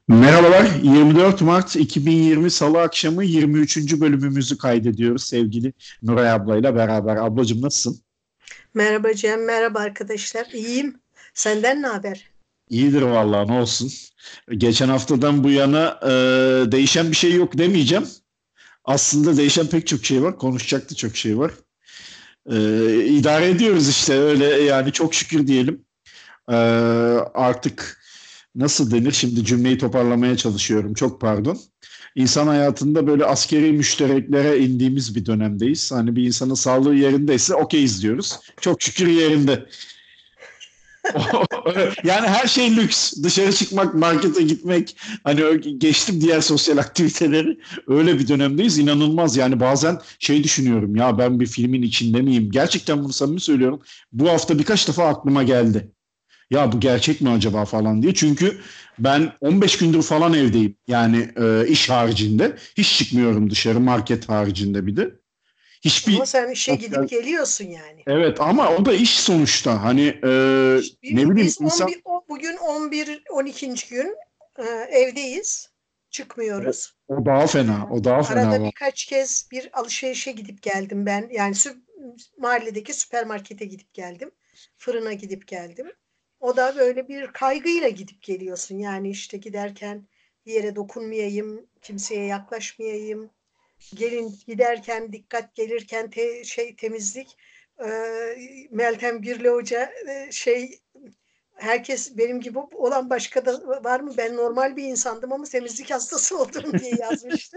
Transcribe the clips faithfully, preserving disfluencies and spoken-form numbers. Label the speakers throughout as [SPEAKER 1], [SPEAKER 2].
[SPEAKER 1] Merhabalar, yirmi dört Mart iki bin yirmi Salı akşamı yirmi üçüncü bölümümüzü kaydediyoruz sevgili Nuray ablayla beraber. Ablacığım nasılsın?
[SPEAKER 2] Merhaba Cem, merhaba arkadaşlar. İyiyim. Senden ne haber?
[SPEAKER 1] İyidir vallahi ne olsun. Geçen haftadan bu yana e, değişen bir şey yok demeyeceğim. Aslında değişen pek çok şey var, konuşacak da çok şey var. E, idare ediyoruz işte öyle yani çok şükür diyelim. E, Artık nasıl denir? Şimdi cümleyi toparlamaya çalışıyorum. Çok pardon. İnsan hayatında böyle askeri müştereklere indiğimiz bir dönemdeyiz. Hani bir insanın sağlığı yerindeyse okeyiz diyoruz. Çok şükür yerinde. Yani her şey lüks. Dışarı çıkmak, markete gitmek, hani geçtim diğer sosyal aktiviteleri. Öyle bir dönemdeyiz. İnanılmaz. Yani bazen şey düşünüyorum ya ben bir filmin içinde miyim? Gerçekten bunu samimi söylüyorum. Bu hafta birkaç defa aklıma geldi. Ya bu gerçek mi acaba falan diye. Çünkü ben on beş gündür falan evdeyim. Yani e, iş haricinde. Hiç çıkmıyorum dışarı market haricinde bir de.
[SPEAKER 2] Ama
[SPEAKER 1] Hiçbir
[SPEAKER 2] sen işe gidip
[SPEAKER 1] sosyal...
[SPEAKER 2] geliyorsun yani.
[SPEAKER 1] Evet ama o da iş sonuçta. Hani e, ne
[SPEAKER 2] Bi-
[SPEAKER 1] bileyim
[SPEAKER 2] Biz
[SPEAKER 1] insan
[SPEAKER 2] on bir, o- bugün on bir on ikinci gün e, evdeyiz.
[SPEAKER 1] o,
[SPEAKER 2] Çıkmıyoruz.
[SPEAKER 1] o daha
[SPEAKER 2] E,
[SPEAKER 1] fena. O daha fena
[SPEAKER 2] Arada
[SPEAKER 1] var.
[SPEAKER 2] birkaç kez bir alışverişe gidip geldim ben. Yani sü- mahalledeki süpermarkete gidip geldim. Fırına gidip geldim. O da böyle bir kaygıyla gidip geliyorsun. Yani işte giderken bir yere dokunmayayım, kimseye yaklaşmayayım. Gelin giderken dikkat gelirken te, şey temizlik. Ee, Meltem Gürle Hoca e, şey herkes benim gibi olan başka da var mı? Ben normal bir insandım ama temizlik hastası oldum diye yazmıştı.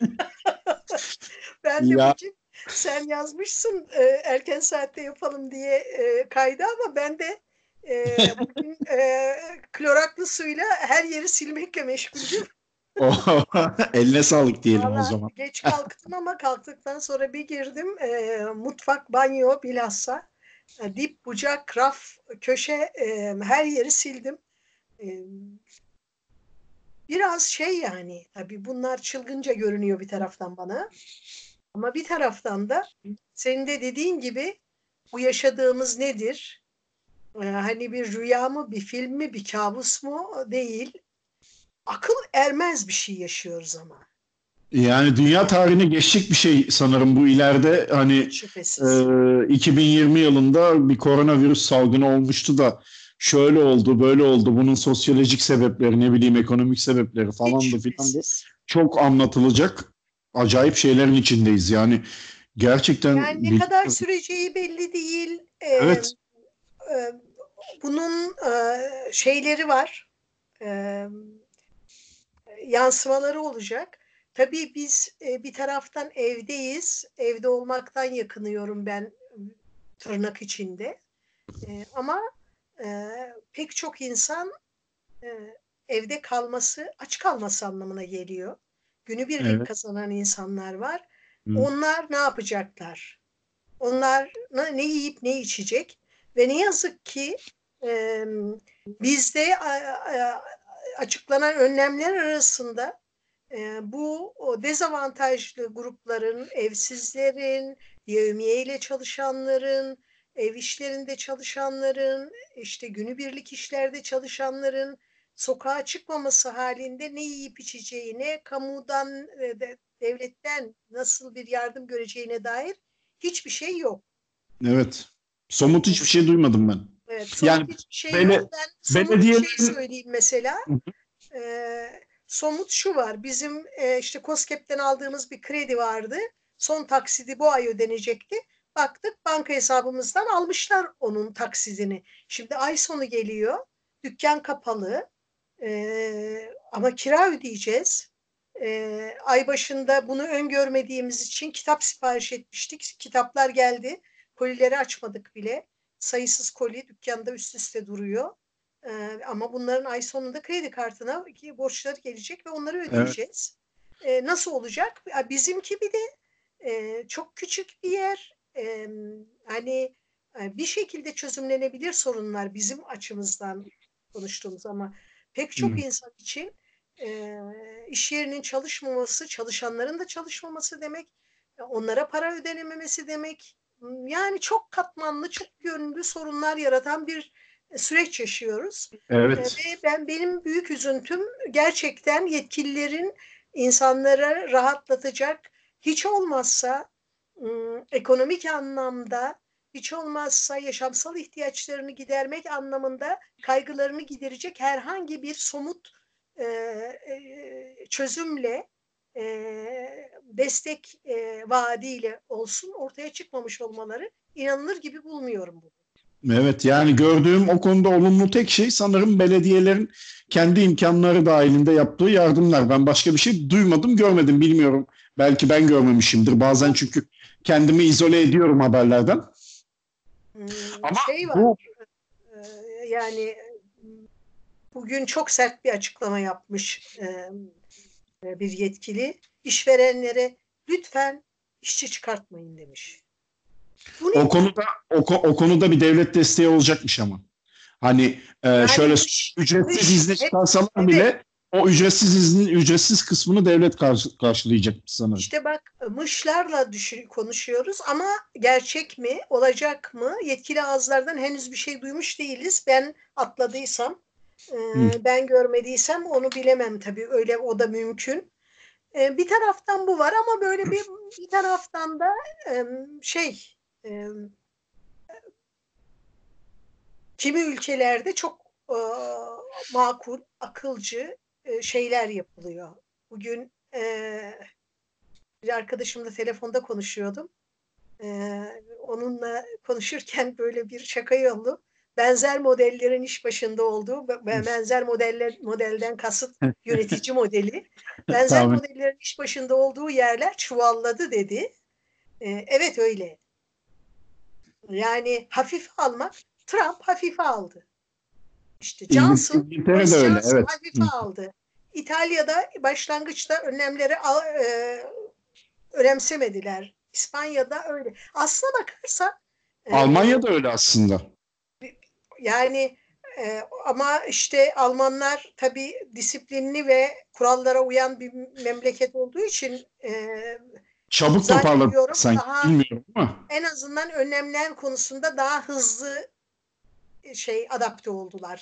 [SPEAKER 2] Ben de
[SPEAKER 1] Ya
[SPEAKER 2] bugün sen yazmışsın e, erken saatte yapalım diye e, kaydı ama ben de e, bugün e, kloraklı suyla her yeri silmekle meşguldüm.
[SPEAKER 1] o, eline sağlık diyelim o
[SPEAKER 2] Valla
[SPEAKER 1] zaman.
[SPEAKER 2] geç kalktım ama kalktıktan sonra bir girdim. E, mutfak, banyo bilhassa e, dip, bucak, raf, köşe e, her yeri sildim. E, Biraz şey yani tabii bunlar çılgınca görünüyor bir taraftan bana. Ama bir taraftan da senin de dediğin gibi bu yaşadığımız nedir? E, hani bir rüya mı, bir film mi, bir kabus mu? Değil. Akıl ermez bir şey yaşıyoruz ama.
[SPEAKER 1] Yani dünya tarihine geçecek bir şey sanırım bu ileride hani
[SPEAKER 2] Hiç şüphesiz.
[SPEAKER 1] e, iki bin yirmi yılında bir koronavirüs salgını olmuştu da şöyle oldu böyle oldu bunun sosyolojik sebepleri ne bileyim ekonomik sebepleri
[SPEAKER 2] Hiç
[SPEAKER 1] falan da filan da
[SPEAKER 2] şüphesiz.
[SPEAKER 1] çok anlatılacak acayip şeylerin içindeyiz yani gerçekten
[SPEAKER 2] Yani ne kadar
[SPEAKER 1] bilmiyorum.
[SPEAKER 2] süreceği belli değil. Ee,
[SPEAKER 1] Evet,
[SPEAKER 2] e, Bunun e, şeyleri var. Ee, Yansımaları olacak. Tabii biz e, bir taraftan evdeyiz. Evde olmaktan yakınıyorum ben tırnak içinde. Ee, ama e, pek çok insan e, evde kalması, aç kalması anlamına geliyor. Günübirlik
[SPEAKER 1] evet.
[SPEAKER 2] kazanan insanlar var.
[SPEAKER 1] Hı.
[SPEAKER 2] Onlar ne yapacaklar? Onlar ne ne yiyip ne içecek? Ve ne yazık ki e, bizde açıklanan önlemler arasında e, bu o dezavantajlı grupların, evsizlerin, yevmiyeyle çalışanların, ev işlerinde çalışanların, işte günübirlik işlerde çalışanların sokağa çıkmaması halinde ne yiyip içeceğine, kamudan, e, de, devletten nasıl bir yardım göreceğine dair hiçbir şey yok.
[SPEAKER 1] Evet. Somut hiçbir şey duymadım ben.
[SPEAKER 2] Evet, somut
[SPEAKER 1] Yani
[SPEAKER 2] hiçbir şey
[SPEAKER 1] bele,
[SPEAKER 2] yok. Ben somut bir şey
[SPEAKER 1] belediyelerin
[SPEAKER 2] söyleyeyim mesela. Ee, Somut şu var. Bizim e, işte KOSGEB'den aldığımız bir kredi vardı. Son taksidi bu ay ödenecekti. Baktık banka hesabımızdan almışlar onun taksidini. Şimdi ay sonu geliyor. Dükkan kapalı. Ee, ama kira ödeyeceğiz. Ee, ay başında bunu öngörmediğimiz için kitap sipariş etmiştik. Kitaplar geldi. Kolileri açmadık bile. Sayısız koli dükkanda üst üste duruyor. Ee, ama bunların ay sonunda kredi kartına borçları gelecek ve onları
[SPEAKER 1] evet,
[SPEAKER 2] ödeyeceğiz. Ee, nasıl olacak? Bizimki bir de e, çok küçük bir yer. Ee, hani e, bir şekilde çözümlenebilir sorunlar bizim açımızdan konuştuğumuz ama pek çok
[SPEAKER 1] hı,
[SPEAKER 2] insan için e, iş yerinin çalışmaması, çalışanların da çalışmaması demek, onlara para ödenememesi demek. Yani çok katmanlı, çok yönlü sorunlar yaratan bir süreç yaşıyoruz.
[SPEAKER 1] Evet.
[SPEAKER 2] Ve ben benim büyük üzüntüm gerçekten yetkililerin insanları rahatlatacak, hiç olmazsa ım, ekonomik anlamda, hiç olmazsa yaşamsal ihtiyaçlarını gidermek anlamında kaygılarını giderecek herhangi bir somut e, e, çözümle, e, destek e, vaadiyle olsun ortaya çıkmamış olmaları inanılır gibi bulmuyorum bunu.
[SPEAKER 1] Evet, yani gördüğüm o konuda olumlu tek şey sanırım belediyelerin kendi imkanları dahilinde yaptığı yardımlar. Ben başka bir şey duymadım, görmedim, bilmiyorum. Belki ben görmemişimdir. Bazen çünkü kendimi izole ediyorum haberlerden.
[SPEAKER 2] Hmm,
[SPEAKER 1] Ama
[SPEAKER 2] şey var,
[SPEAKER 1] bu
[SPEAKER 2] e, yani bugün çok sert bir açıklama yapmış e, bir yetkili. İşverenlere lütfen işçi çıkartmayın demiş. Bu
[SPEAKER 1] o
[SPEAKER 2] nedir?
[SPEAKER 1] konuda o, o konuda bir devlet desteği olacakmış ama. Hani e,
[SPEAKER 2] Yani
[SPEAKER 1] şöyle
[SPEAKER 2] dış,
[SPEAKER 1] ücretsiz
[SPEAKER 2] dış
[SPEAKER 1] izne
[SPEAKER 2] hep
[SPEAKER 1] çıkarsalar
[SPEAKER 2] evet,
[SPEAKER 1] bile o ücretsiz iznin ücretsiz kısmını devlet karşı, karşılayacakmış sanırım.
[SPEAKER 2] işte bak mışlarla düşün, konuşuyoruz ama gerçek mi, olacak mı? Yetkili ağızlardan henüz bir şey duymuş değiliz. Ben atladıysam, e,
[SPEAKER 1] Hı.
[SPEAKER 2] ben görmediysem onu bilemem tabii. Öyle o da mümkün. E, bir taraftan bu var ama böyle bir bir taraftan da e, şey e, kimi ülkelerde çok e, makul, akılcı e, şeyler yapılıyor. Bugün e, bir arkadaşımla telefonda konuşuyordum. E, onunla konuşurken böyle bir şaka yollu. Benzer modellerin iş başında olduğu, benzer modeller modelden kasıt yönetici modeli. Benzer
[SPEAKER 1] Tahmin.
[SPEAKER 2] modellerin iş başında olduğu yerler çuvalladı dedi. E, evet öyle. Yani hafife almak, Trump hafife aldı. İşte
[SPEAKER 1] İngil-
[SPEAKER 2] Johnson,
[SPEAKER 1] İngiltere de
[SPEAKER 2] Boris
[SPEAKER 1] öyle,
[SPEAKER 2] Johnson
[SPEAKER 1] evet.
[SPEAKER 2] hafife
[SPEAKER 1] Hı.
[SPEAKER 2] aldı. İtalya'da başlangıçta önlemleri e, önemsemediler. İspanya'da öyle. Aslına bakarsan e,
[SPEAKER 1] Almanya da öyle aslında.
[SPEAKER 2] yani e, ama işte Almanlar tabii disiplinli ve kurallara uyan bir memleket olduğu için e,
[SPEAKER 1] Çabuk toparladı
[SPEAKER 2] zannediyorum
[SPEAKER 1] sanki,
[SPEAKER 2] daha
[SPEAKER 1] bilmiyorum ama
[SPEAKER 2] en azından önlemler konusunda daha hızlı şey adapte oldular.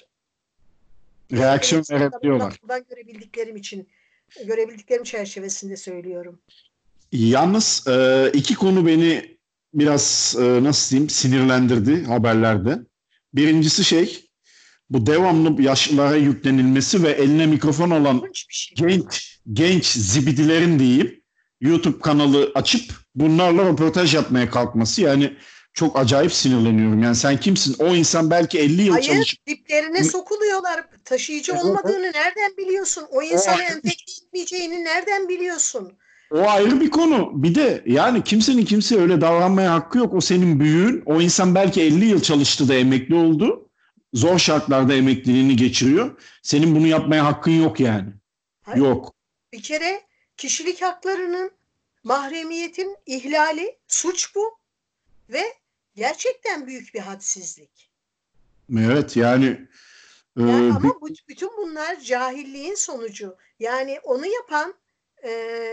[SPEAKER 2] En, en
[SPEAKER 1] reaksiyon
[SPEAKER 2] azından buradan,
[SPEAKER 1] verebiliyorlar.
[SPEAKER 2] buradan görebildiklerim için, görebildiklerim çerçevesinde söylüyorum.
[SPEAKER 1] Yalnız e, iki konu beni biraz e, nasıl diyeyim sinirlendirdi haberlerde. Birincisi şey, bu devamlı yaşlılara yüklenilmesi ve eline mikrofon olan
[SPEAKER 2] Korkunç bir şey.
[SPEAKER 1] genç genç zibidilerin diyeyim YouTube kanalı açıp bunlarla röportaj yapmaya kalkması, yani çok acayip sinirleniyorum. Yani sen kimsin? O insan belki elli yıl
[SPEAKER 2] Hayır,
[SPEAKER 1] çalışıp
[SPEAKER 2] diplerine sokuluyorlar. Taşıyıcı
[SPEAKER 1] evet, evet.
[SPEAKER 2] olmadığını nereden biliyorsun? O
[SPEAKER 1] O
[SPEAKER 2] insanı
[SPEAKER 1] ayrı bir
[SPEAKER 2] enfekte etmeyeceğini nereden biliyorsun?
[SPEAKER 1] O ayrı bir konu. Bir de yani kimsenin kimseye öyle davranmaya hakkı yok. O senin büyüğün. O insan belki elli yıl çalıştı da emekli oldu. Zor şartlarda emekliliğini geçiriyor. Senin bunu yapmaya hakkın yok yani.
[SPEAKER 2] Hayır,
[SPEAKER 1] Yok.
[SPEAKER 2] bir kere kişilik haklarının, mahremiyetin ihlali suç bu ve gerçekten büyük bir hadsizlik.
[SPEAKER 1] Evet, yani e,
[SPEAKER 2] Yani ama
[SPEAKER 1] bir-
[SPEAKER 2] bu, bütün bunlar cahilliğin sonucu. Yani onu yapan e,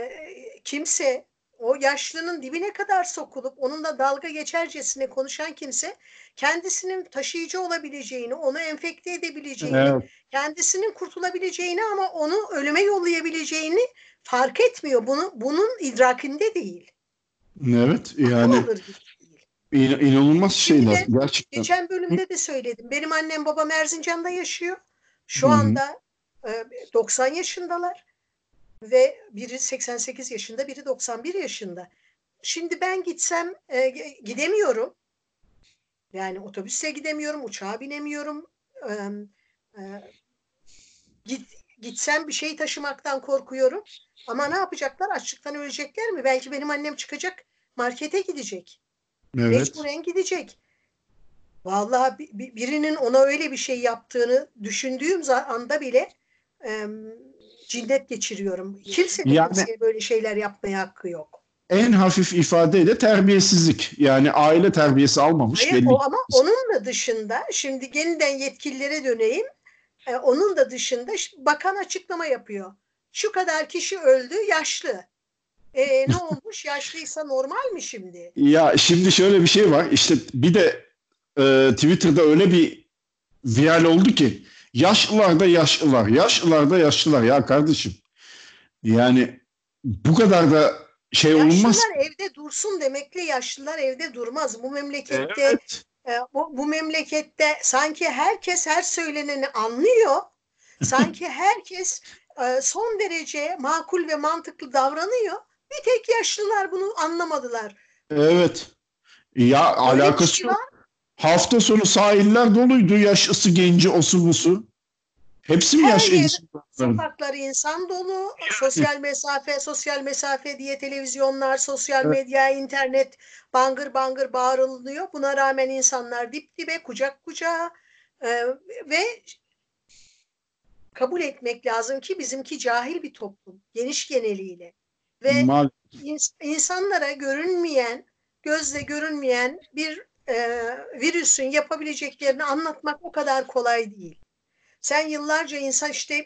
[SPEAKER 2] kimse, o yaşlının dibine kadar sokulup onunla dalga geçercesine konuşan kimse kendisinin taşıyıcı olabileceğini, onu enfekte edebileceğini,
[SPEAKER 1] evet,
[SPEAKER 2] kendisinin kurtulabileceğini ama onu ölüme yollayabileceğini fark etmiyor. Bunu, bunun idrakinde değil.
[SPEAKER 1] evet,
[SPEAKER 2] Akıl
[SPEAKER 1] yani
[SPEAKER 2] alır gibi değil.
[SPEAKER 1] in- inanılmaz
[SPEAKER 2] Şimdi
[SPEAKER 1] şeyler
[SPEAKER 2] ben
[SPEAKER 1] gerçekten.
[SPEAKER 2] geçen
[SPEAKER 1] Hı
[SPEAKER 2] bölümde de söyledim. Benim annem babam Erzincan'da yaşıyor. Şu
[SPEAKER 1] hı.
[SPEAKER 2] anda e, doksan yaşındalar ve biri seksen sekiz yaşında, biri doksan bir yaşında. Şimdi ben gitsem e, gidemiyorum. Yani otobüse gidemiyorum, uçağa binemiyorum. E, e, git, gitsem bir şey taşımaktan korkuyorum. Ama ne yapacaklar? Açlıktan ölecekler mi? Belki benim annem çıkacak, markete gidecek.
[SPEAKER 1] Evet.
[SPEAKER 2] Mecburen gidecek. Vallahi birinin ona öyle bir şey yaptığını düşündüğüm anda bile e, cinnet geçiriyorum. Kimse de
[SPEAKER 1] Yani
[SPEAKER 2] kimseye böyle şeyler yapmaya hakkı yok.
[SPEAKER 1] en hafif ifadeyle terbiyesizlik. Yani aile terbiyesi almamış
[SPEAKER 2] Hayır
[SPEAKER 1] belli
[SPEAKER 2] o
[SPEAKER 1] ki.
[SPEAKER 2] ama onun da dışında şimdi yeniden yetkililere döneyim. E, onun da dışında bakan açıklama yapıyor. Şu kadar kişi öldü yaşlı. E, ne olmuş? Yaşlıysa normal mi şimdi?
[SPEAKER 1] Ya şimdi şöyle bir şey var. İşte bir de e, Twitter'da öyle bir viral oldu ki. Yaşlılar da yaşlılar, yaşlılar da yaşlılar ya kardeşim. Yani bu kadar da şey olunmaz.
[SPEAKER 2] Yaşlılar evde dursun demekle yaşlılar evde durmaz. Bu memlekette
[SPEAKER 1] Evet.
[SPEAKER 2] e, bu, bu memlekette sanki herkes her söyleneni anlıyor. Sanki herkes e, son derece makul ve mantıklı davranıyor. Bir tek yaşlılar bunu anlamadılar.
[SPEAKER 1] Evet. Ya
[SPEAKER 2] Böyle bir
[SPEAKER 1] alakası
[SPEAKER 2] şey
[SPEAKER 1] yok.
[SPEAKER 2] var.
[SPEAKER 1] Hafta sonu sahiller doluydu. Yaşlısı, genci, osu busu. Hepsi mi
[SPEAKER 2] Her
[SPEAKER 1] yaş
[SPEAKER 2] yer
[SPEAKER 1] elli bunların?
[SPEAKER 2] sokaklar insan dolu. Sosyal mesafe, sosyal mesafe diye televizyonlar, sosyal
[SPEAKER 1] Evet.
[SPEAKER 2] medya, internet bangır bangır bağırılıyor. Buna rağmen insanlar dip dibe, kucak kucağa e, ve kabul etmek lazım ki bizimki cahil bir toplum. Geniş geneliyle. Ve
[SPEAKER 1] Mal
[SPEAKER 2] ins- insanlara görünmeyen, gözle görünmeyen bir e, virüsün yapabileceklerini anlatmak o kadar kolay değil. Sen yıllarca insan işte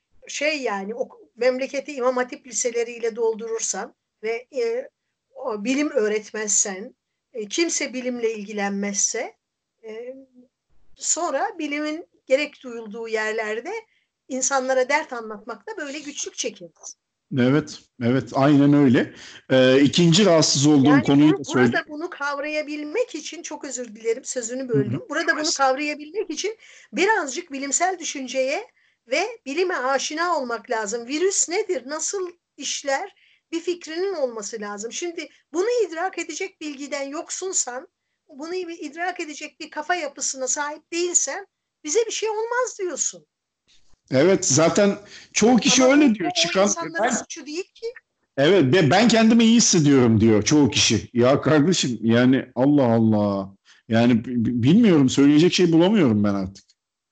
[SPEAKER 2] şey yani o memleketi İmam Hatip liseleriyle doldurursan ve e, o bilim öğretmezsen, e, kimse bilimle ilgilenmezse e, sonra bilimin gerek duyulduğu yerlerde insanlara dert anlatmakta böyle güçlük çekeriz.
[SPEAKER 1] evet, evet, aynen öyle. Ee, ikinci rahatsız olduğum
[SPEAKER 2] Yani
[SPEAKER 1] konuyu
[SPEAKER 2] bu,
[SPEAKER 1] da söyleyeyim.
[SPEAKER 2] burada bunu kavrayabilmek için çok özür dilerim sözünü
[SPEAKER 1] Hı hı.
[SPEAKER 2] böldüm. Burada bunu kavrayabilmek için birazcık bilimsel düşünceye ve bilime aşina olmak lazım. Virüs nedir? Nasıl işler? Bir fikrinin olması lazım. Şimdi bunu idrak edecek bilgiden yoksunsan, bunu idrak edecek bir kafa yapısına sahip değilsen bize bir şey olmaz diyorsun.
[SPEAKER 1] Evet, zaten çoğu kişi
[SPEAKER 2] Ama bu,
[SPEAKER 1] öyle diyor.
[SPEAKER 2] bu o
[SPEAKER 1] Çıkan
[SPEAKER 2] insanların
[SPEAKER 1] ben
[SPEAKER 2] suçu değil ki.
[SPEAKER 1] evet be- ben kendimi iyi hissediyorum diyor çoğu kişi. Ya kardeşim yani Allah Allah. Yani b- b- bilmiyorum söyleyecek şey bulamıyorum ben artık.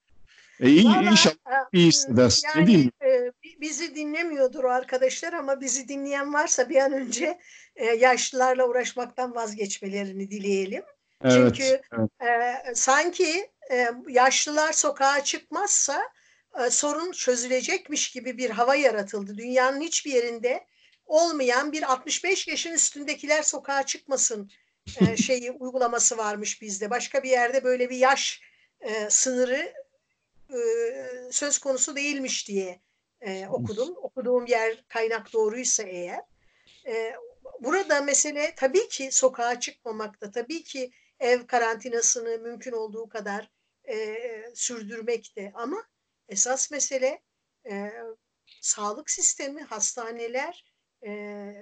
[SPEAKER 1] E, iyi,
[SPEAKER 2] Valla
[SPEAKER 1] inşallah iyi hissedersin. Ne
[SPEAKER 2] yani
[SPEAKER 1] diyeyim?
[SPEAKER 2] e, bizi dinlemiyordur o arkadaşlar ama bizi dinleyen varsa bir an önce e, yaşlılarla uğraşmaktan vazgeçmelerini dileyelim.
[SPEAKER 1] Evet.
[SPEAKER 2] Çünkü
[SPEAKER 1] Evet.
[SPEAKER 2] e, sanki e, yaşlılar sokağa çıkmazsa e, sorun çözülecekmiş gibi bir hava yaratıldı. Dünyanın hiçbir yerinde olmayan bir altmış beş yaşın üstündekiler sokağa çıkmasın e, şeyi uygulaması varmış bizde. Başka bir yerde böyle bir yaş e, sınırı e, söz konusu değilmiş diye e, okudum. Okuduğum yer kaynak doğruysa eğer. E, burada mesele tabii ki sokağa çıkmamakta, tabii ki ev karantinasını mümkün olduğu kadar e, sürdürmekte. Ama esas mesele e, sağlık sistemi, hastaneler, e,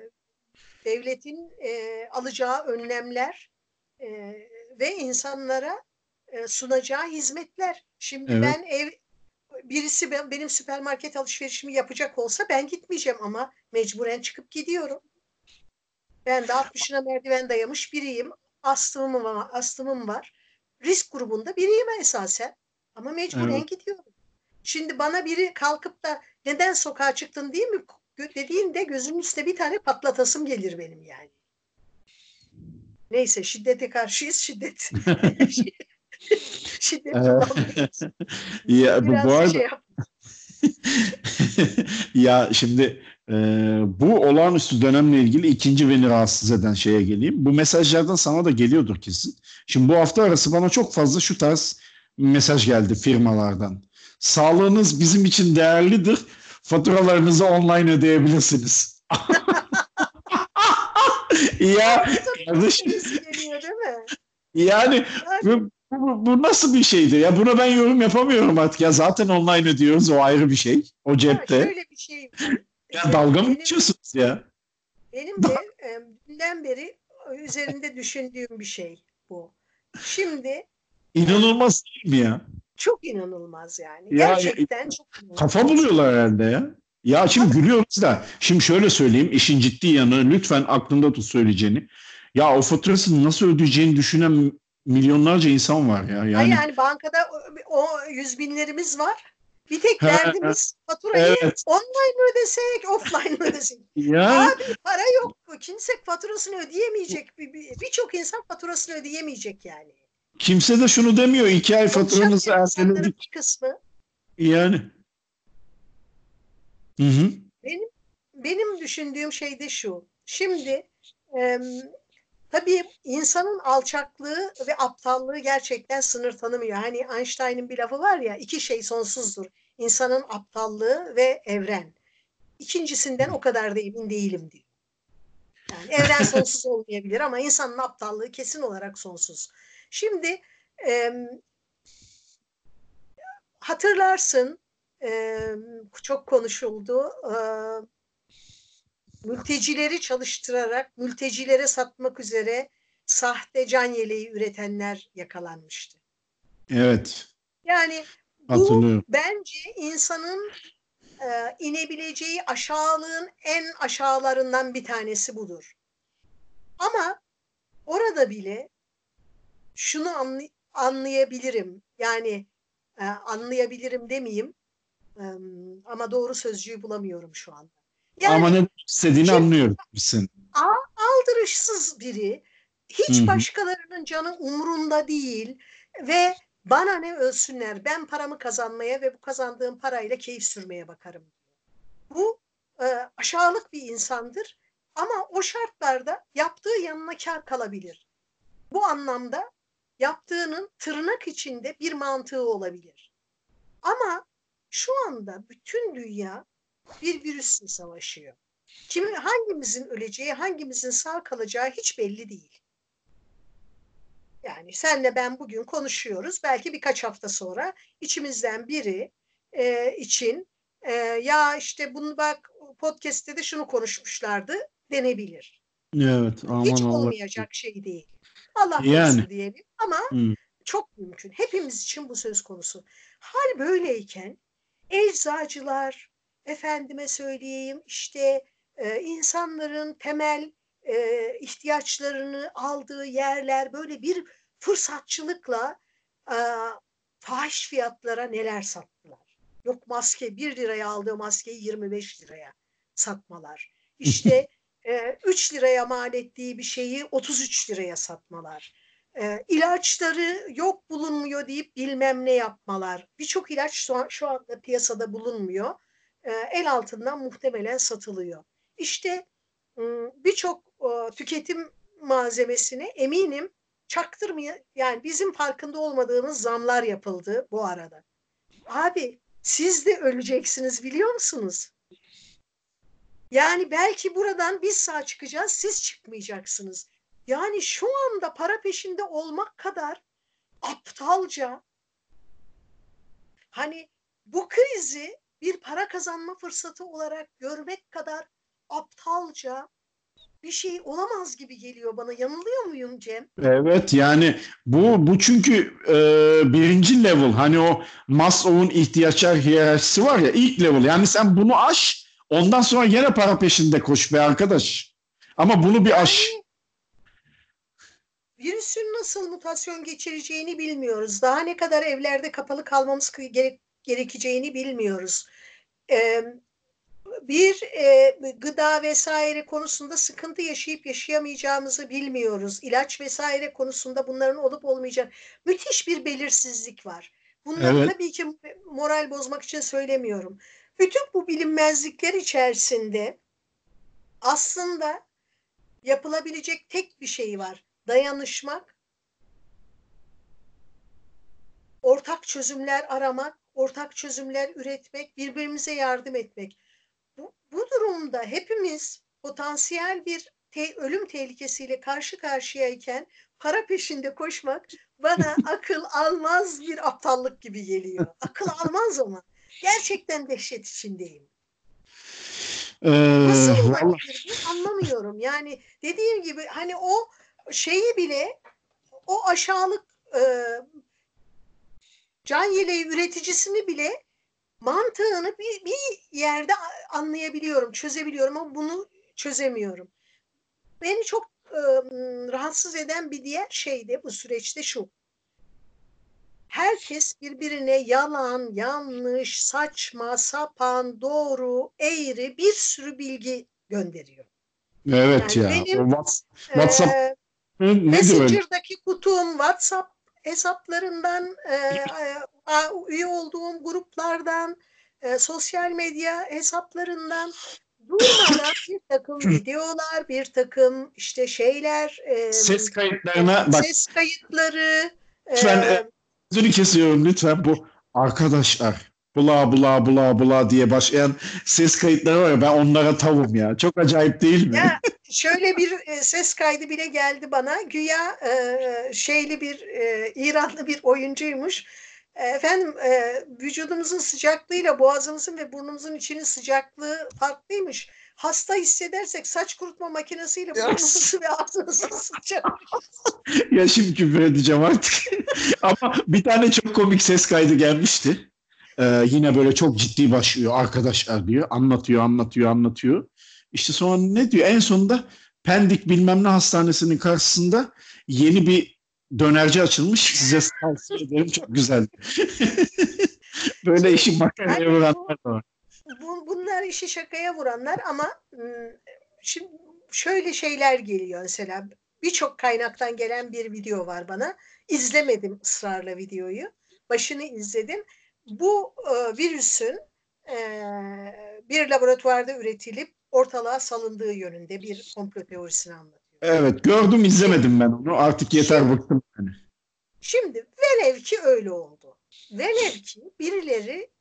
[SPEAKER 2] devletin e, alacağı önlemler e, ve insanlara e, sunacağı hizmetler. Şimdi
[SPEAKER 1] Evet.
[SPEAKER 2] ben ev birisi benim süpermarket alışverişimi yapacak olsa ben gitmeyeceğim ama mecburen çıkıp gidiyorum. Ben de altmışına merdiven dayamış biriyim. Astımım var, astımım var. Risk grubunda biriyim esasen. Ama
[SPEAKER 1] Evet.
[SPEAKER 2] mecburen gidiyorum. Şimdi bana biri kalkıp da neden sokağa çıktın değil mi dediğinde gözümün üstüne bir tane patlatasım gelir benim yani. Neyse şiddete karşıyız. Şiddet şiddet kullanmayız.
[SPEAKER 1] Ya bu, bu
[SPEAKER 2] Biraz
[SPEAKER 1] arada
[SPEAKER 2] şey yap.
[SPEAKER 1] ya şimdi e, bu olağanüstü dönemle ilgili ikinci beni rahatsız eden şeye geleyim. Bu mesajlardan sana da geliyordur kesin. Şimdi bu hafta arası bana çok fazla şu tarz mesaj geldi firmalardan. Sağlığınız bizim için değerlidir. Faturalarınızı online ödeyebilirsiniz. Ya
[SPEAKER 2] Herkesin
[SPEAKER 1] kardeşim
[SPEAKER 2] ödemesi geliyor değil mi?
[SPEAKER 1] yani
[SPEAKER 2] Yani
[SPEAKER 1] bu, bu, bu nasıl bir şeydi ya? Buna ben yorum yapamıyorum artık ya. Zaten online ödüyoruz o ayrı bir şey. O
[SPEAKER 2] ya
[SPEAKER 1] cepte.
[SPEAKER 2] şöyle bir şey var.
[SPEAKER 1] Ya
[SPEAKER 2] Ee,
[SPEAKER 1] dalga mı
[SPEAKER 2] benim
[SPEAKER 1] geçiyorsunuz ya?
[SPEAKER 2] benim de e, dünden beri üzerinde düşündüğüm bir şey bu. Şimdi e,
[SPEAKER 1] İnanılmaz değil mi ya?
[SPEAKER 2] çok inanılmaz yani.
[SPEAKER 1] Ya, ya
[SPEAKER 2] Gerçekten çok
[SPEAKER 1] kafa
[SPEAKER 2] inanılmaz.
[SPEAKER 1] buluyorlar herhalde ya. Ya şimdi
[SPEAKER 2] Tabii
[SPEAKER 1] gülüyoruz da şimdi şöyle söyleyeyim işin ciddi yanı lütfen aklında tut söyleyeceğini. Ya o faturasını nasıl ödeyeceğini düşünen milyonlarca insan var ya.
[SPEAKER 2] ha
[SPEAKER 1] Yani
[SPEAKER 2] yani bankada o, o yüz binlerimiz var. Bir tek
[SPEAKER 1] ha,
[SPEAKER 2] derdimiz faturayı
[SPEAKER 1] evet
[SPEAKER 2] online mı ödesek, offline mı ödesek?
[SPEAKER 1] yani
[SPEAKER 2] Abi para yok. Kimse faturasını ödeyemeyecek. Bir- bir- Birçok insan faturasını ödeyemeyecek yani.
[SPEAKER 1] kimse de şunu demiyor iki ay faturanızı
[SPEAKER 2] Çalışamayan insanların
[SPEAKER 1] erteledik.
[SPEAKER 2] bir kısmı
[SPEAKER 1] Yani hı hı.
[SPEAKER 2] benim benim düşündüğüm şey de şu. Şimdi Tabii insanın alçaklığı ve aptallığı gerçekten sınır tanımıyor. Hani Einstein'ın bir lafı var ya, iki şey sonsuzdur. İnsanın aptallığı ve evren. İkincisinden o kadar da emin değilim diyor. Yani evren sonsuz olmayabilir ama insanın aptallığı kesin olarak sonsuz. Şimdi e, hatırlarsın, e, çok konuşuldu. E, mültecileri çalıştırarak mültecilere satmak üzere sahte can yeleği üretenler yakalanmıştı.
[SPEAKER 1] Evet,
[SPEAKER 2] Yani bu
[SPEAKER 1] hatırlıyorum.
[SPEAKER 2] bence insanın e, inebileceği aşağılığın en aşağılarından bir tanesi budur. Ama orada bile şunu anlay- anlayabilirim. Yani e, anlayabilirim demeyeyim, e, ama doğru sözcüğü bulamıyorum şu anda.
[SPEAKER 1] Ama ne
[SPEAKER 2] Yani
[SPEAKER 1] demek istediğini
[SPEAKER 2] kim
[SPEAKER 1] anlıyorum misin?
[SPEAKER 2] aldırışsız biri,
[SPEAKER 1] Hı
[SPEAKER 2] hiç
[SPEAKER 1] hı.
[SPEAKER 2] başkalarının canı umurunda değil ve bana ne ölsünler, ben paramı kazanmaya ve bu kazandığım parayla keyif sürmeye bakarım. Bu e, aşağılık bir insandır ama o şartlarda yaptığı yanına kar kalabilir. Bu anlamda yaptığının tırnak içinde bir mantığı olabilir. Ama şu anda bütün dünya bir virüsle savaşıyor. Kimi, hangimizin öleceği, hangimizin sağ kalacağı hiç belli değil. Yani senle ben bugün konuşuyoruz. Belki birkaç hafta sonra içimizden biri e, için e, ya işte bunu bak podcast'te de şunu konuşmuşlardı denebilir.
[SPEAKER 1] Evet,
[SPEAKER 2] Hiç
[SPEAKER 1] aman Allah.
[SPEAKER 2] olmayacak şey değil. Allah
[SPEAKER 1] Yani.
[SPEAKER 2] korusun diyelim ama
[SPEAKER 1] Hı.
[SPEAKER 2] çok mümkün. Hepimiz için bu söz konusu. Hal böyleyken eczacılar, efendime söyleyeyim işte e, insanların temel e, ihtiyaçlarını aldığı yerler böyle bir fırsatçılıkla e, fahiş fiyatlara neler sattılar. Yok maske, bir liraya aldığı maskeyi yirmi beş liraya satmalar. İşte e, üç liraya mal ettiği bir şeyi otuz üç liraya satmalar. E, ilaçları yok bulunmuyor deyip bilmem ne yapmalar. Birçok ilaç şu, an, şu anda piyasada bulunmuyor. E, el altından muhtemelen satılıyor. İşte birçok e, tüketim malzemesine eminim çaktırmıyor. Yani bizim farkında olmadığımız zamlar yapıldı bu arada. Abi siz de öleceksiniz biliyor musunuz? Yani belki buradan biz sağ çıkacağız, siz çıkmayacaksınız. Yani şu anda para peşinde olmak kadar aptalca, hani bu krizi bir para kazanma fırsatı olarak görmek kadar aptalca bir şey olamaz gibi geliyor bana. Yanılıyor muyum Cem?
[SPEAKER 1] Evet, yani bu bu çünkü e, birinci level, hani o Maslow'un ihtiyaçlar hiyerarşisi var ya, ilk level, yani sen bunu aş, ondan sonra yine para peşinde koş be arkadaş. Ama bunu bir aş.
[SPEAKER 2] Yani virüsün nasıl mutasyon geçireceğini bilmiyoruz. Daha ne kadar evlerde kapalı kalmamız gerek, gerekeceğini bilmiyoruz. Ee, bir e, gıda vesaire konusunda sıkıntı yaşayıp yaşayamayacağımızı bilmiyoruz. İlaç vesaire konusunda bunların olup olmayacak müthiş bir belirsizlik var. Bunları
[SPEAKER 1] Evet.
[SPEAKER 2] tabii ki moral bozmak için söylemiyorum. Bütün bu bilinmezlikler içerisinde aslında yapılabilecek tek bir şey var. Dayanışmak, ortak çözümler aramak, ortak çözümler üretmek, birbirimize yardım etmek. Bu, bu durumda hepimiz potansiyel bir te- ölüm tehlikesiyle karşı karşıyayken para peşinde koşmak bana akıl almaz bir aptallık gibi geliyor. Akıl almaz ama. Gerçekten dehşet içindeyim. Nasıl
[SPEAKER 1] Ee, vallahi
[SPEAKER 2] olabilir bu? Anlamıyorum. Yani dediğim gibi hani o şeyi bile, o aşağılık e, can yeleği üreticisini bile mantığını bir, bir yerde anlayabiliyorum, çözebiliyorum ama bunu çözemiyorum. Beni çok e, rahatsız eden bir diğer şey de bu süreçte şu. Herkes birbirine yalan, yanlış, saçma, sapan, doğru, eğri bir sürü bilgi gönderiyor.
[SPEAKER 1] evet
[SPEAKER 2] Yani
[SPEAKER 1] ya. O
[SPEAKER 2] benim
[SPEAKER 1] Whats- WhatsApp
[SPEAKER 2] e,
[SPEAKER 1] nedir öyle?
[SPEAKER 2] Messenger'daki kutum, WhatsApp hesaplarından, e, e, üye olduğum gruplardan, e, sosyal medya hesaplarından durmadan bir takım videolar, bir takım işte şeyler, e,
[SPEAKER 1] Ses kayıtlarına bak,
[SPEAKER 2] ses kayıtları,
[SPEAKER 1] lütfen e,
[SPEAKER 2] e,
[SPEAKER 1] sözünü kesiyorum lütfen, bu arkadaşlar bula bula bula bula diye başlayan ses kayıtları var ya, ben onlara tavım ya. Çok acayip değil mi?
[SPEAKER 2] ya şöyle bir e, ses kaydı bile geldi bana. Güya e, şeyli bir e, İranlı bir oyuncuymuş. E, efendim e, vücudumuzun sıcaklığıyla boğazımızın ve burnumuzun içinin sıcaklığı farklıymış. Hasta hissedersek saç kurutma makinesiyle burnumuzu ve ağzımızı ısıtacakmışız.
[SPEAKER 1] Ya şimdi küfür edeceğim artık. Ama bir tane çok komik ses kaydı gelmişti. Ee, yine böyle çok ciddi başlıyor. Arkadaşlar diyor. Anlatıyor, anlatıyor, anlatıyor. İşte sonra ne diyor? En sonunda Pendik bilmem ne hastanesinin karşısında yeni bir dönerci açılmış. Size tavsiye ederim. Çok güzel. Böyle işin makaraya
[SPEAKER 2] Yani
[SPEAKER 1] vuranlar
[SPEAKER 2] bu,
[SPEAKER 1] da var.
[SPEAKER 2] bu, bunlar işi şakaya vuranlar ama ım, şimdi şöyle şeyler geliyor mesela. Birçok kaynaktan gelen bir video var bana. İzlemedim ısrarla videoyu. Başını izledim. Bu e, virüsün e, bir laboratuvarda üretilip ortalığa salındığı yönünde bir komplo teorisini anlatıyor.
[SPEAKER 1] Evet, gördüm,
[SPEAKER 2] Şimdi,
[SPEAKER 1] izlemedim ben onu. Artık yeter,
[SPEAKER 2] şimdi,
[SPEAKER 1] bıktım yani.
[SPEAKER 2] şimdi velev ki öyle oldu. Velev ki birileri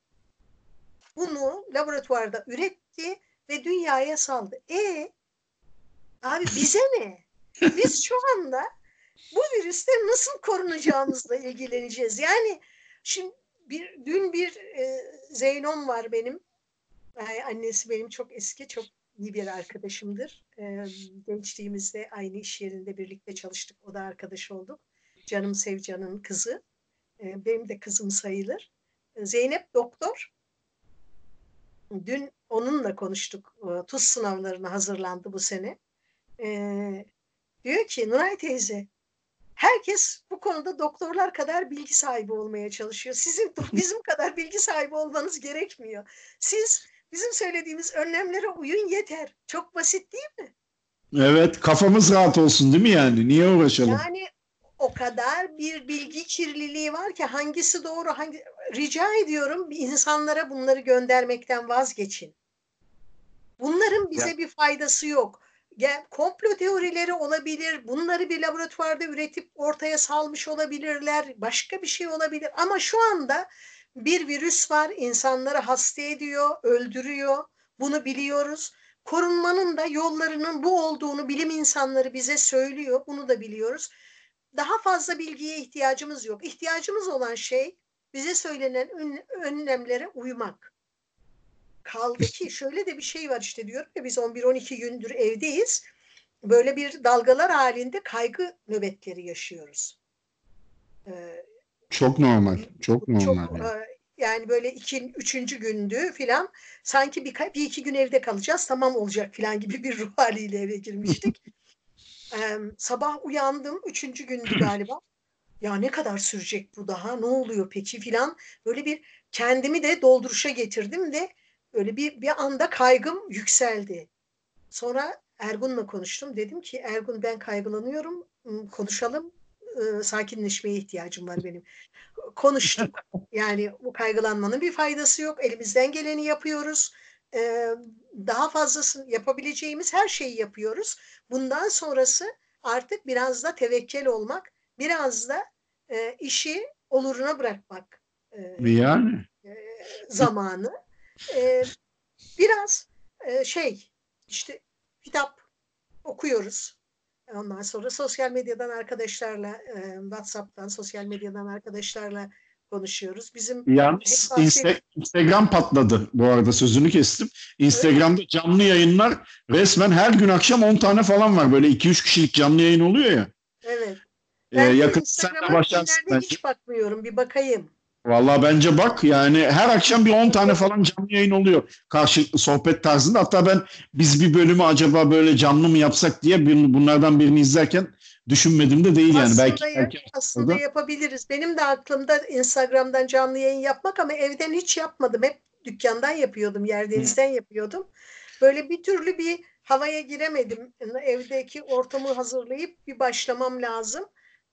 [SPEAKER 2] bunu laboratuvarda üretti ve dünyaya saldı. E abi bize ne? Biz şu anda bu virüsten nasıl korunacağımızla ilgileneceğiz. Yani şimdi bir dün bir e, Zeynom var benim. Yani annesi benim çok eski, çok iyi bir arkadaşımdır. E, gençliğimizde aynı iş yerinde birlikte çalıştık. O da arkadaş olduk. Canım Sevcan'ın kızı. E, benim de kızım sayılır. Zeynep doktor. Dün onunla konuştuk. TUS sınavlarına hazırlandı bu sene. Ee, diyor ki Nuray teyze, herkes bu konuda doktorlar kadar bilgi sahibi olmaya çalışıyor. Sizin bizim kadar bilgi sahibi olmanız gerekmiyor. Siz bizim söylediğimiz önlemlere uyun yeter. Çok basit değil mi?
[SPEAKER 1] Evet, kafamız rahat olsun değil mi yani? Niye uğraşalım?
[SPEAKER 2] Yani o kadar bir bilgi kirliliği var ki hangisi doğru, hangi rica ediyorum insanlara bunları göndermekten vazgeçin. Bunların
[SPEAKER 1] Ya,
[SPEAKER 2] bize bir faydası yok. Yani komplo teorileri olabilir. Bunları bir laboratuvarda üretip ortaya salmış olabilirler. Başka bir şey olabilir. Ama şu anda bir virüs var. İnsanları hasta ediyor, öldürüyor. Bunu biliyoruz. Korunmanın da yollarının bu olduğunu bilim insanları bize söylüyor. Bunu da biliyoruz. Daha fazla bilgiye ihtiyacımız yok. İhtiyacımız olan şey bize söylenen önlemlere uymak. Kaldı ki şöyle de bir şey var işte diyorum ya biz on bir on iki gündür evdeyiz. Böyle bir dalgalar halinde kaygı nöbetleri yaşıyoruz. Ee,
[SPEAKER 1] çok normal, çok normal
[SPEAKER 2] çok
[SPEAKER 1] yani.
[SPEAKER 2] e, yani böyle iki, üçüncü gündü filan sanki bir, bir iki gün evde kalacağız tamam olacak filan gibi bir ruh haliyle eve girmiştik. Ee, sabah uyandım üçüncü gündü galiba. Ya ne kadar sürecek bu daha ne oluyor peki filan böyle bir kendimi de dolduruşa getirdim ve öyle bir bir anda kaygım yükseldi. Sonra Ergun'la konuştum. Dedim ki Ergun ben kaygılanıyorum. Konuşalım. Ee, sakinleşmeye ihtiyacım var benim. Konuştuk. Yani bu kaygılanmanın bir faydası yok. Elimizden geleni yapıyoruz. Ee, daha fazlasını yapabileceğimiz her şeyi yapıyoruz. Bundan sonrası artık biraz da tevekkül olmak, biraz da e, işi oluruna bırakmak e,
[SPEAKER 1] Yani
[SPEAKER 2] e, zamanı. E, biraz e, şey işte kitap okuyoruz. Ondan sonra sosyal medyadan arkadaşlarla, e, WhatsApp'tan, sosyal medyadan arkadaşlarla konuşuyoruz. Bizim hep
[SPEAKER 1] yalnız Insta-
[SPEAKER 2] bahsettik.
[SPEAKER 1] Instagram patladı, bu arada sözünü kestim.
[SPEAKER 2] Öyle mi?
[SPEAKER 1] Instagram'da canlı yayınlar resmen her gün akşam on tane falan var. Böyle iki üç kişilik canlı yayın oluyor ya.
[SPEAKER 2] Evet.
[SPEAKER 1] Ee,
[SPEAKER 2] Ben
[SPEAKER 1] yakın sen de
[SPEAKER 2] Instagram'a
[SPEAKER 1] başlarsın
[SPEAKER 2] bugünlerde
[SPEAKER 1] bence.
[SPEAKER 2] hiç bakmıyorum. Bir bakayım.
[SPEAKER 1] Vallahi bence bak, yani her akşam bir on tane falan canlı yayın oluyor. Karşılıklı sohbet tarzında. Hatta ben biz bir bölümü acaba böyle canlı mı yapsak diye bir, bunlardan birini izlerken düşünmedim de değil yani. Belki
[SPEAKER 2] Aslında
[SPEAKER 1] belki
[SPEAKER 2] aslında
[SPEAKER 1] orada.
[SPEAKER 2] yapabiliriz. Benim de aklımda Instagram'dan canlı yayın yapmak ama evden hiç yapmadım. Hep dükkandan yapıyordum, yerdenizden yapıyordum. Böyle bir türlü bir havaya giremedim. Evdeki ortamı hazırlayıp bir başlamam lazım.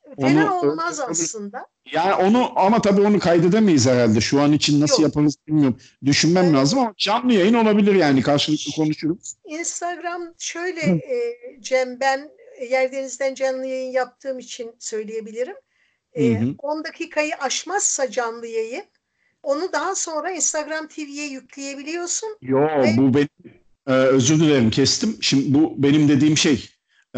[SPEAKER 1] Onu
[SPEAKER 2] Fena
[SPEAKER 1] öyle
[SPEAKER 2] olmaz
[SPEAKER 1] yapabilir.
[SPEAKER 2] aslında.
[SPEAKER 1] Yani onu ama tabii onu kaydedemeyiz herhalde. Şu an için nasıl
[SPEAKER 2] Yok.
[SPEAKER 1] yaparız bilmiyorum. Düşünmem
[SPEAKER 2] Ee,
[SPEAKER 1] lazım ama canlı yayın olabilir yani karşılıklı konuşuruz.
[SPEAKER 2] Instagram şöyle
[SPEAKER 1] Hı
[SPEAKER 2] e, Cem, ben Yerdeniz'den canlı yayın yaptığım için söyleyebilirim. E,
[SPEAKER 1] hı.
[SPEAKER 2] on dakikayı aşmazsa canlı yayın, onu daha sonra Instagram T V'ye yükleyebiliyorsun
[SPEAKER 1] Yo,
[SPEAKER 2] ve
[SPEAKER 1] bu benim e, özür dilerim kestim. Şimdi bu benim dediğim şey. E,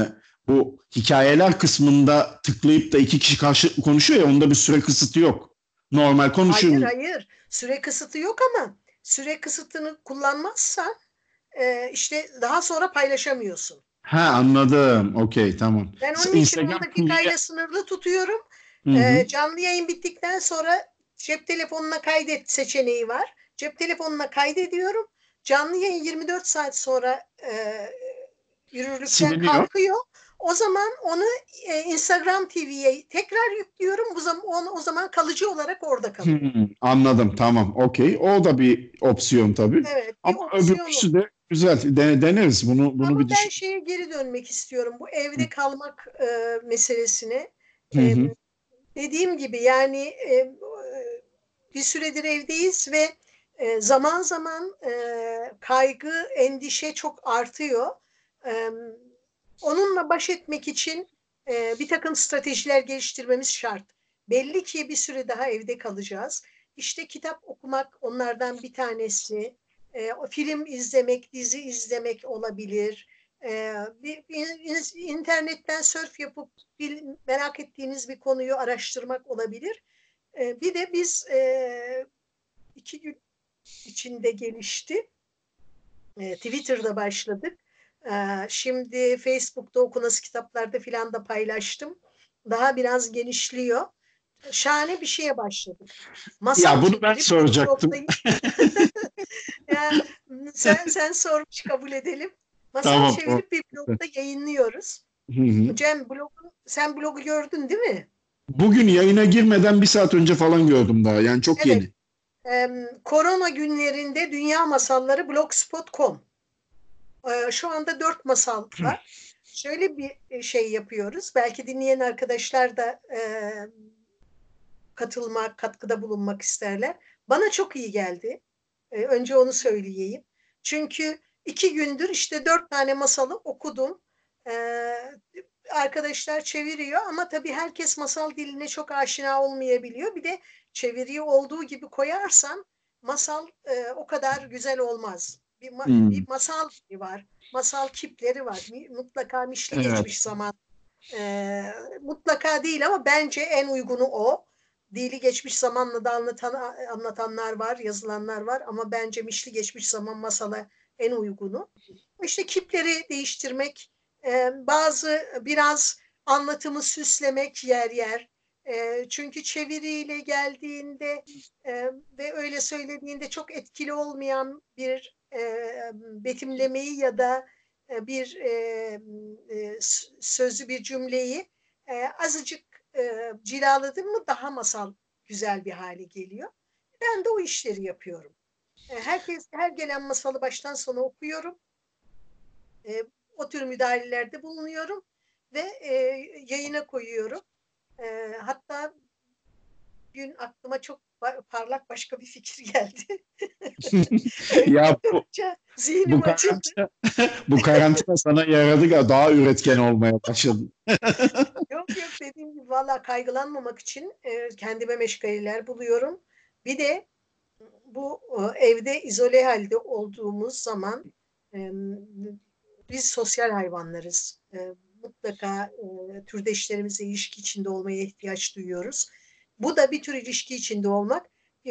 [SPEAKER 1] Bu hikayeler kısmında tıklayıp da iki kişi karşılıklı konuşuyor ya onda bir süre kısıtı yok. Normal
[SPEAKER 2] hayır
[SPEAKER 1] konuşuyoruz.
[SPEAKER 2] hayır, süre kısıtı yok ama süre kısıtını kullanmazsan e, işte daha sonra paylaşamıyorsun.
[SPEAKER 1] Ha, anladım. Okey, tamam.
[SPEAKER 2] Ben onun için on
[SPEAKER 1] Instagram T V'ye.
[SPEAKER 2] dakikayla sınırlı tutuyorum.
[SPEAKER 1] Hı hı.
[SPEAKER 2] Ee, canlı yayın bittikten sonra cep telefonuna kaydet seçeneği var. Cep telefonuna kaydediyorum. Canlı yayın yirmi dört saat sonra e, yürürlükten
[SPEAKER 1] Siliniyor.
[SPEAKER 2] kalkıyor. O zaman onu e, Instagram T V'ye tekrar yüklüyorum. Bu zaman onu, o zaman kalıcı olarak orada kalıyor.
[SPEAKER 1] Hmm, anladım, tamam, okey. O da bir opsiyon tabii.
[SPEAKER 2] Evet, bir
[SPEAKER 1] Ama
[SPEAKER 2] opsiyonu.
[SPEAKER 1] öbürküsü de güzel. De- deneriz bunu bunu bir
[SPEAKER 2] Ama ben
[SPEAKER 1] düşün.
[SPEAKER 2] şeye geri dönmek istiyorum. Bu
[SPEAKER 1] Hı
[SPEAKER 2] evde kalmak e, meselesine.
[SPEAKER 1] hı.
[SPEAKER 2] E,
[SPEAKER 1] Hı.
[SPEAKER 2] Dediğim gibi yani e, bir süredir evdeyiz ve e, zaman zaman e, kaygı, endişe çok artıyor. E, Onunla baş etmek için e, bir takım stratejiler geliştirmemiz şart. Belli ki bir süre daha evde kalacağız. İşte kitap okumak onlardan bir tanesi. E, film izlemek, dizi izlemek olabilir. E, bir, bir, internetten surf yapıp bir, merak ettiğiniz bir konuyu araştırmak olabilir. E, bir de biz e, iki gün içinde gelişti. E, Twitter'da başladık. E, şimdi Facebook'ta Okunası Kitaplar'da filan da paylaştım. Daha biraz genişliyor. Şahane bir şeye başladık. Masal
[SPEAKER 1] Ya bunu ben
[SPEAKER 2] çevirip bir
[SPEAKER 1] soracaktım.
[SPEAKER 2] blogda ya, sen sen sormuş kabul edelim. Masal
[SPEAKER 1] Tamam. O-
[SPEAKER 2] çevirip bir blogda yayınlıyoruz.
[SPEAKER 1] Hı hı.
[SPEAKER 2] Cem, blogu, sen blogu gördün değil mi?
[SPEAKER 1] Bugün yayına girmeden bir saat önce falan gördüm daha. Yani çok
[SPEAKER 2] Evet.
[SPEAKER 1] yeni.
[SPEAKER 2] Em, korona günlerinde Dünya Masalları blogspot nokta com. Ee, şu anda dört masal var. Şöyle bir e, şey yapıyoruz. Belki dinleyen arkadaşlar da e, katılmak, katkıda bulunmak isterler. Bana çok iyi geldi. E, önce onu söyleyeyim. Çünkü iki gündür işte dört tane masalı okudum. E, Arkadaşlar çeviriyor ama tabii herkes masal diline çok aşina olmayabiliyor. Bir de çeviriyi olduğu gibi koyarsan masal e, o kadar güzel olmaz. Bir, ma-
[SPEAKER 1] Hmm.
[SPEAKER 2] bir masal dili var. Masal kipleri var. Mutlaka mişli
[SPEAKER 1] Evet.
[SPEAKER 2] geçmiş zaman. E, Mutlaka değil ama bence en uygunu o. Dili geçmiş zamanla da anlatan, anlatanlar var, yazılanlar var ama bence mişli geçmiş zaman masala en uygunu. İşte kipleri değiştirmek, e, bazı biraz anlatımı süslemek yer yer. E, çünkü çeviriyle geldiğinde e, ve öyle söylediğinde çok etkili olmayan bir e, betimlemeyi ya da e, bir e, e, sözü, bir cümleyi e, azıcık e, cilaladın mı daha masal güzel bir hale geliyor. Ben de o işleri yapıyorum. E, herkes her gelen masalı baştan sona okuyorum. E, O tür müdahalelerde bulunuyorum ve e, yayına koyuyorum. E, hatta gün aklıma çok parlak başka bir fikir geldi. Öyle
[SPEAKER 1] Ya bu
[SPEAKER 2] yapınca
[SPEAKER 1] bu
[SPEAKER 2] zihnim açıldı.
[SPEAKER 1] karantina bu karantina sana yaradı ya daha üretken olmaya başladın.
[SPEAKER 2] Yok yok, dediğim gibi valla kaygılanmamak için e, kendime meşgaleler buluyorum. Bir de bu e, evde izole halde olduğumuz zaman e, biz sosyal hayvanlarız. E, mutlaka e, türdeşlerimizle ilişki içinde olmaya ihtiyaç duyuyoruz. Bu da bir tür ilişki içinde olmak. E,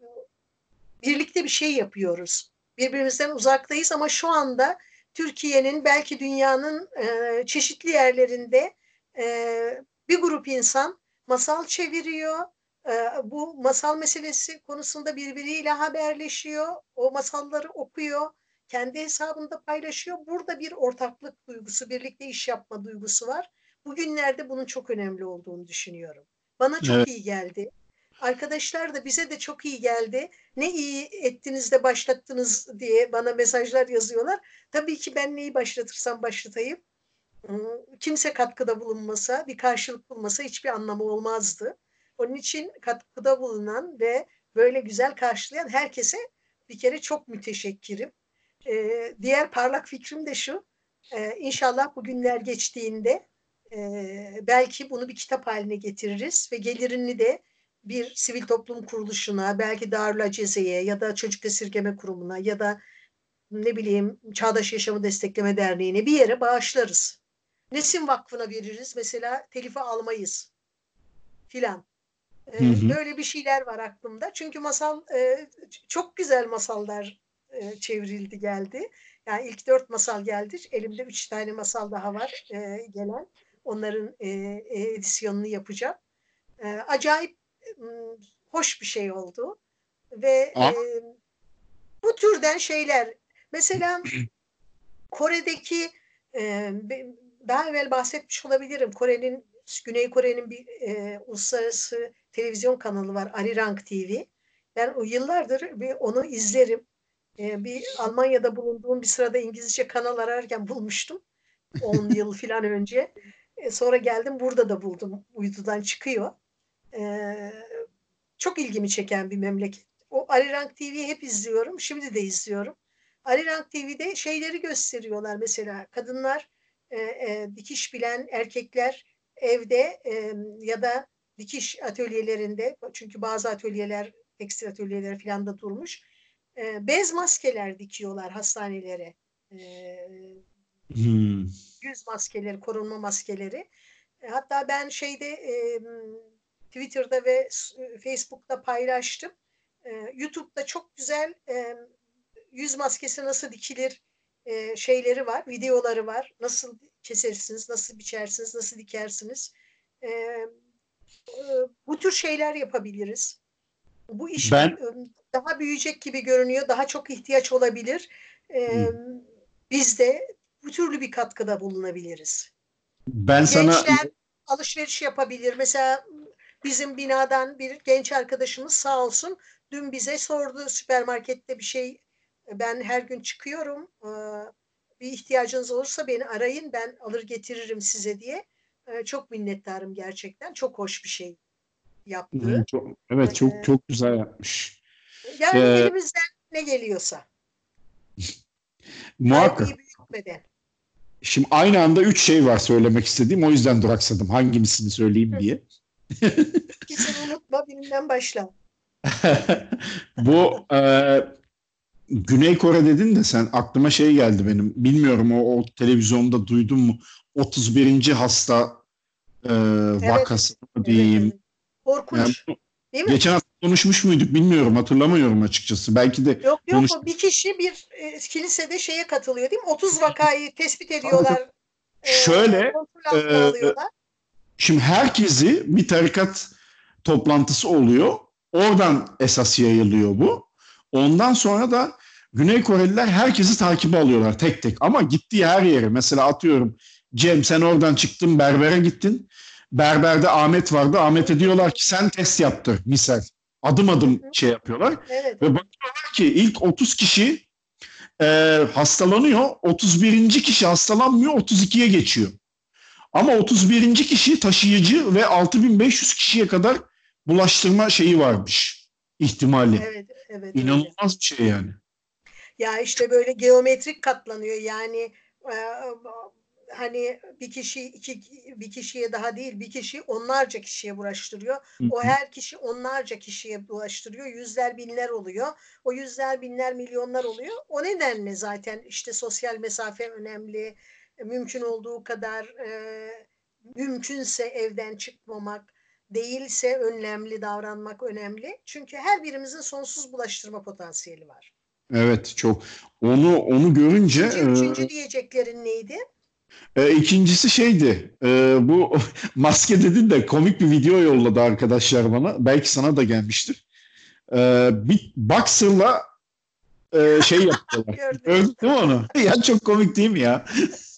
[SPEAKER 2] Birlikte bir şey yapıyoruz. Birbirimizden uzaktayız ama şu anda Türkiye'nin belki dünyanın e, çeşitli yerlerinde e, bir grup insan masal çeviriyor. E, Bu masal meselesi konusunda birbiriyle haberleşiyor. O masalları okuyor. Kendi hesabında paylaşıyor. Burada bir ortaklık duygusu, birlikte iş yapma duygusu var. Bugünlerde bunun çok önemli olduğunu düşünüyorum. Bana çok
[SPEAKER 1] Evet.
[SPEAKER 2] iyi geldi. Arkadaşlar da bize de çok iyi geldi. Ne iyi ettiniz de başlattınız diye bana mesajlar yazıyorlar. Tabii ki ben neyi başlatırsam başlatayım. kimse katkıda bulunmasa, bir karşılık bulmasa hiçbir anlamı olmazdı. Onun için katkıda bulunan ve böyle güzel karşılayan herkese bir kere çok müteşekkirim. Ee, diğer parlak fikrim de şu, e, inşallah bu günler geçtiğinde e, belki bunu bir kitap haline getiririz ve gelirini de bir sivil toplum kuruluşuna, belki Darül Aceze'ye ya da Çocuk Esirgeme Kurumu'na ya da ne bileyim Çağdaş Yaşamı Destekleme Derneği'ne bir yere bağışlarız. Nesin Vakfı'na veririz. Mesela telife almayız filan.
[SPEAKER 1] Hı
[SPEAKER 2] Ee,
[SPEAKER 1] hı.
[SPEAKER 2] böyle bir şeyler var aklımda. Çünkü masal e, çok güzel masallar e, çevrildi geldi. Yani ilk dört masal geldi. Elimde üç tane masal daha var e, gelen. Onların e, e, edisyonunu yapacağım. E, acayip e, hoş bir şey oldu. Ve e,
[SPEAKER 1] Ama
[SPEAKER 2] bu türden şeyler mesela Kore'deki e, daha evvel bahsetmiş olabilirim. Kore'nin Güney Kore'nin bir e, uluslararası televizyon kanalı var. Arirang T V. Ben o yıllardır bir onu izlerim. E, bir Almanya'da bulunduğum bir sırada İngilizce kanal ararken bulmuştum. on yıl falan önce. E, sonra geldim burada da buldum. Uydudan çıkıyor. E, çok ilgimi çeken bir memleket. O Arirang T V'yi hep izliyorum. Şimdi de izliyorum. Arirang T V'de şeyleri gösteriyorlar. Mesela kadınlar e, e, dikiş bilen erkekler evde e, ya da dikiş atölyelerinde, çünkü bazı atölyeler, tekstil atölyeleri falan da durmuş. E, bez maskeler dikiyorlar hastanelere. E,
[SPEAKER 1] hmm.
[SPEAKER 2] yüz maskeleri, korunma maskeleri. E, hatta ben şeyde e, Twitter'da ve Facebook'ta paylaştım. E, YouTube'da çok güzel e, yüz maskesi nasıl dikilir e, şeyleri var, videoları var. Nasıl kesersiniz, nasıl biçersiniz, nasıl dikersiniz. E, e, bu tür şeyler yapabiliriz. Bu iş
[SPEAKER 1] Ben
[SPEAKER 2] e, daha büyüyecek gibi görünüyor, daha çok ihtiyaç olabilir. E, biz de bu türlü bir katkıda bulunabiliriz.
[SPEAKER 1] ben sana
[SPEAKER 2] Gençler alışveriş yapabilir. Mesela bizim binadan bir genç arkadaşımız sağ olsun dün bize sordu, süpermarkette bir şey, ben her gün çıkıyorum, ee, bir ihtiyacınız olursa beni arayın, ben alır getiririm size diye. Ee, çok minnettarım gerçekten. Çok hoş bir şey
[SPEAKER 1] Hmm,
[SPEAKER 2] yaptığı.
[SPEAKER 1] çok, evet, çok
[SPEAKER 2] Ee,
[SPEAKER 1] çok güzel yapmış.
[SPEAKER 2] yani
[SPEAKER 1] Ee,
[SPEAKER 2] elimizden ne geliyorsa kaygıyı
[SPEAKER 1] muhakkak.
[SPEAKER 2] büyütmeden.
[SPEAKER 1] Şimdi aynı anda üç şey var söylemek istediğim. O yüzden duraksadım. Hangisini söyleyeyim
[SPEAKER 2] Hı,
[SPEAKER 1] diye.
[SPEAKER 2] ikisini unutma, birinden başla.
[SPEAKER 1] Bu e, Güney Kore dedin de sen aklıma şey geldi benim. Bilmiyorum o, o televizyonda duydun mu? otuz birinci hasta e,
[SPEAKER 2] Evet,
[SPEAKER 1] vakası mı
[SPEAKER 2] evet,
[SPEAKER 1] diyeyim.
[SPEAKER 2] evet.
[SPEAKER 1] Yani
[SPEAKER 2] Korkunç,
[SPEAKER 1] bunu
[SPEAKER 2] değil mi?
[SPEAKER 1] geçen hafta konuşmuş muyduk bilmiyorum. Hatırlamıyorum açıkçası. Belki de
[SPEAKER 2] Yok yok,
[SPEAKER 1] konuş.
[SPEAKER 2] o bir kişi bir e, kilisede şeye katılıyor değil mi? otuz vakayı tespit
[SPEAKER 1] Tabii, tabii.
[SPEAKER 2] ediyorlar. E,
[SPEAKER 1] Şöyle
[SPEAKER 2] kontrol
[SPEAKER 1] e,
[SPEAKER 2] altına alıyorlar.
[SPEAKER 1] şimdi herkesi bir tarikat toplantısı oluyor. Oradan esas yayılıyor bu. Ondan sonra da Güney Koreliler herkesi takibe alıyorlar tek tek. Ama gittiği her yere, mesela atıyorum Cem sen oradan çıktın berbere gittin. Berberde Ahmet vardı. Ahmet'e diyorlar ki sen test yaptır misal. Adım
[SPEAKER 2] Hı
[SPEAKER 1] adım
[SPEAKER 2] hı.
[SPEAKER 1] şey yapıyorlar.
[SPEAKER 2] Evet.
[SPEAKER 1] Ve bakıyorlar ki ilk otuz kişi e, hastalanıyor. otuz birinci kişi hastalanmıyor. otuz ikiye geçiyor. Ama otuz birinci kişi taşıyıcı ve altı bin beş yüz kişiye kadar bulaştırma şeyi varmış. İhtimali.
[SPEAKER 2] Evet, evet öyle.
[SPEAKER 1] İnanılmaz bir şey yani.
[SPEAKER 2] Ya işte böyle geometrik katlanıyor. Yani e, hani bir kişi iki bir kişiye daha değil, bir kişi onlarca kişiye bulaştırıyor.
[SPEAKER 1] Hı
[SPEAKER 2] O
[SPEAKER 1] hı.
[SPEAKER 2] her kişi onlarca kişiye bulaştırıyor. Yüzler binler oluyor. O yüzler binler milyonlar oluyor. O nedenle zaten işte sosyal mesafe önemli. Mümkün olduğu kadar e, mümkünse evden çıkmamak, değilse önlemli davranmak önemli. Çünkü her birimizin sonsuz bulaştırma potansiyeli var.
[SPEAKER 1] Evet, çok. Onu onu görünce
[SPEAKER 2] İkinci, üçüncü diyeceklerin neydi?
[SPEAKER 1] e, e, ikincisi şeydi. E, bu maske dedin de komik bir video yolladı arkadaşlar bana. Belki sana da gelmiştir. E, bir boxer'la e, şey yapıyorlar.
[SPEAKER 2] Gördüm.
[SPEAKER 1] Gördün değil mi onu? Ya çok komik değil mi ya?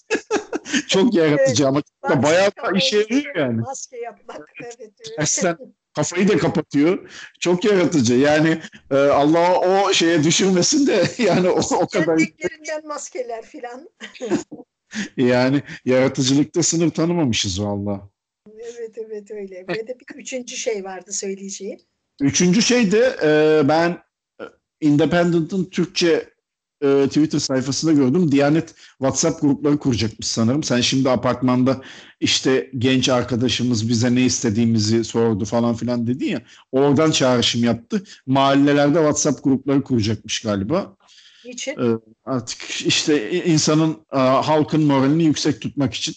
[SPEAKER 1] Çok
[SPEAKER 2] Evet.
[SPEAKER 1] yaratıcı ama da
[SPEAKER 2] Boxer
[SPEAKER 1] bayağı da
[SPEAKER 2] kafaya
[SPEAKER 1] işe yarıyor
[SPEAKER 2] geçirip
[SPEAKER 1] yani.
[SPEAKER 2] maske yapmak. Evet.
[SPEAKER 1] Tersten kafayı da kapatıyor. Çok yaratıcı. Yani e, Allah o şeye düşürmesin de yani o, o kadar
[SPEAKER 2] Kendi ellerinden maskeler filan.
[SPEAKER 1] Yani yaratıcılıkta sınır tanımamışız valla.
[SPEAKER 2] Evet, evet, öyle. Ve de bir üçüncü şey vardı söyleyeceğim.
[SPEAKER 1] Üçüncü şey de e, ben e, Independent'ın Türkçe e, Twitter sayfasında gördüm. Diyanet WhatsApp grupları kuracakmış sanırım. Sen şimdi apartmanda işte genç arkadaşımız bize ne istediğimizi sordu falan filan dedi ya. Oradan çağrışım yaptı. Mahallelerde WhatsApp grupları kuracakmış galiba.
[SPEAKER 2] Niçin?
[SPEAKER 1] E, Artık işte insanın e, halkın moralini yüksek tutmak için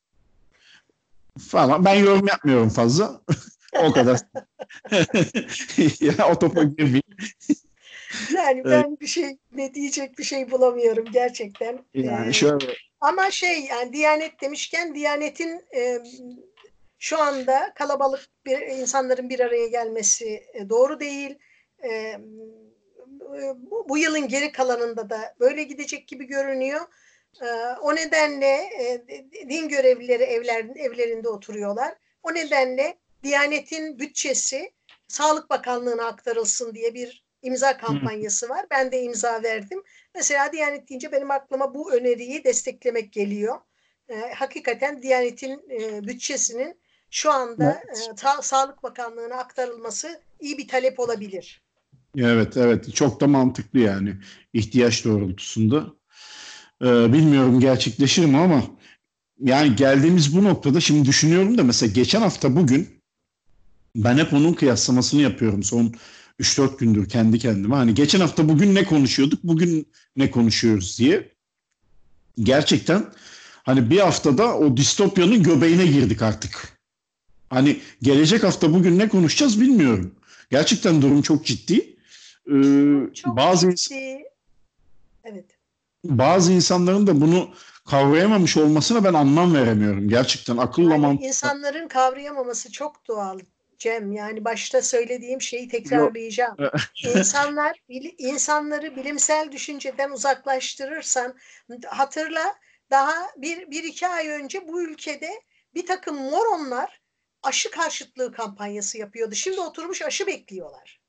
[SPEAKER 1] falan. Ben yorum yapmıyorum fazla. O kadar. Ya o topa girmeyeyim.
[SPEAKER 2] Yani
[SPEAKER 1] E,
[SPEAKER 2] ben bir şey ne diyecek bir şey bulamıyorum gerçekten.
[SPEAKER 1] Yani
[SPEAKER 2] Ee,
[SPEAKER 1] şöyle.
[SPEAKER 2] ama şey yani Diyanet demişken Diyanet'in e, şu anda kalabalık bir insanların bir araya gelmesi e, doğru değil. E, bu, bu yılın geri kalanında da böyle gidecek gibi görünüyor. E, o nedenle e, din görevlileri evler, evlerinde oturuyorlar. O nedenle Diyanet'in bütçesi Sağlık Bakanlığı'na aktarılsın diye bir imza kampanyası var. Ben de imza verdim. Mesela Diyanet deyince benim aklıma bu öneriyi desteklemek geliyor. E, hakikaten Diyanet'in e, bütçesinin şu anda
[SPEAKER 1] Evet.
[SPEAKER 2] e, Ta- Sağlık Bakanlığı'na aktarılması iyi bir talep olabilir.
[SPEAKER 1] Evet, evet. Çok da mantıklı yani ihtiyaç doğrultusunda. Ee, bilmiyorum gerçekleşir mi ama yani geldiğimiz bu noktada şimdi düşünüyorum da mesela geçen hafta bugün ben hep onun kıyaslamasını yapıyorum son üç dört gündür kendi kendime. Hani geçen hafta bugün ne konuşuyorduk, bugün ne konuşuyoruz diye. Gerçekten hani bir haftada o distopyanın göbeğine girdik artık. Hani gelecek hafta bugün ne konuşacağız bilmiyorum. Gerçekten durum çok ciddi. Ee,
[SPEAKER 2] Durum çok
[SPEAKER 1] bazı
[SPEAKER 2] ciddi. Evet.
[SPEAKER 1] bazı insanların da bunu kavrayamamış olmasına ben anlam veremiyorum. Gerçekten akılla
[SPEAKER 2] Yani
[SPEAKER 1] mantıkla.
[SPEAKER 2] insanların kavrayamaması çok doğal Cem. Yani başta söylediğim şeyi
[SPEAKER 1] Yok.
[SPEAKER 2] tekrarlayacağım. İnsanlar, bil- insanları bilimsel düşünceden uzaklaştırırsan, hatırla daha bir, bir iki ay önce bu ülkede bir takım moronlar aşı karşıtlığı kampanyası yapıyordu. Şimdi oturmuş aşı bekliyorlar.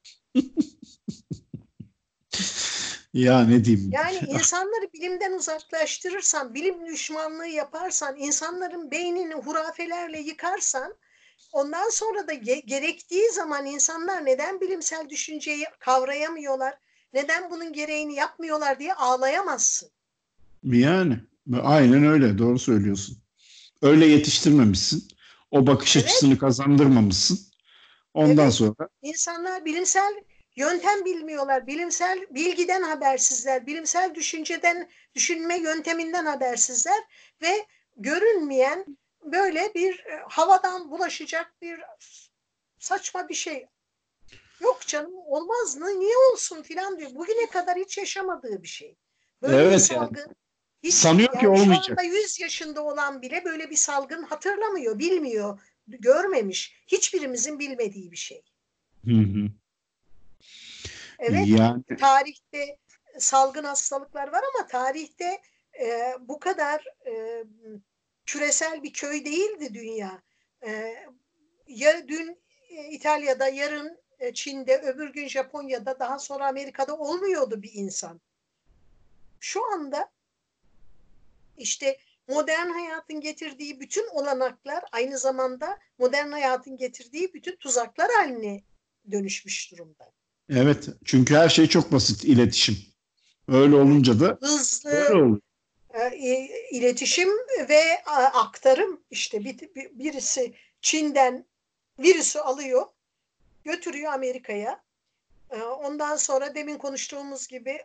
[SPEAKER 1] Ya ne diyeyim?
[SPEAKER 2] Yani insanları bilimden uzaklaştırırsan, bilim düşmanlığı yaparsan, insanların beynini hurafelerle yıkarsan, ondan sonra da ge- gerektiği zaman insanlar neden bilimsel düşünceyi kavrayamıyorlar, neden bunun gereğini yapmıyorlar diye ağlayamazsın.
[SPEAKER 1] Yani aynen öyle. Doğru söylüyorsun. Öyle yetiştirmemişsin. O bakış
[SPEAKER 2] Evet,
[SPEAKER 1] açısını kazandırmamışsın. Ondan
[SPEAKER 2] evet.
[SPEAKER 1] sonra
[SPEAKER 2] İnsanlar bilimsel yöntem bilmiyorlar, bilimsel bilgiden habersizler, bilimsel düşünceden, düşünme yönteminden habersizler ve görünmeyen böyle bir e, havadan bulaşacak bir saçma bir şey. Yok canım olmaz mı? Niye olsun filan diyor. Bugüne kadar hiç yaşamadığı bir şey. Böyle bir
[SPEAKER 1] evet yani
[SPEAKER 2] salgın hiç
[SPEAKER 1] sanıyor ki
[SPEAKER 2] yani şu
[SPEAKER 1] olmayacak.
[SPEAKER 2] anda yüz yaşında olan bile böyle bir salgın hatırlamıyor, bilmiyor, görmemiş. Hiçbirimizin bilmediği bir şey.
[SPEAKER 1] Hı hı.
[SPEAKER 2] Evet,
[SPEAKER 1] Yani
[SPEAKER 2] tarihte salgın hastalıklar var ama tarihte e, bu kadar e, küresel bir köy değildi dünya. E, ya dün e, İtalya'da, yarın e, Çin'de, öbür gün Japonya'da, daha sonra Amerika'da olmuyordu bir insan. Şu anda işte modern hayatın getirdiği bütün olanaklar aynı zamanda modern hayatın getirdiği bütün tuzaklar haline dönüşmüş durumda.
[SPEAKER 1] evet çünkü her şey çok basit iletişim. Öyle
[SPEAKER 2] Yani
[SPEAKER 1] olunca da böyle
[SPEAKER 2] hızlı
[SPEAKER 1] oluyor.
[SPEAKER 2] e, iletişim ve aktarım, işte bir, bir- birisi Çin'den virüsü alıyor, götürüyor Amerika'ya. E, Ondan sonra demin konuştuğumuz gibi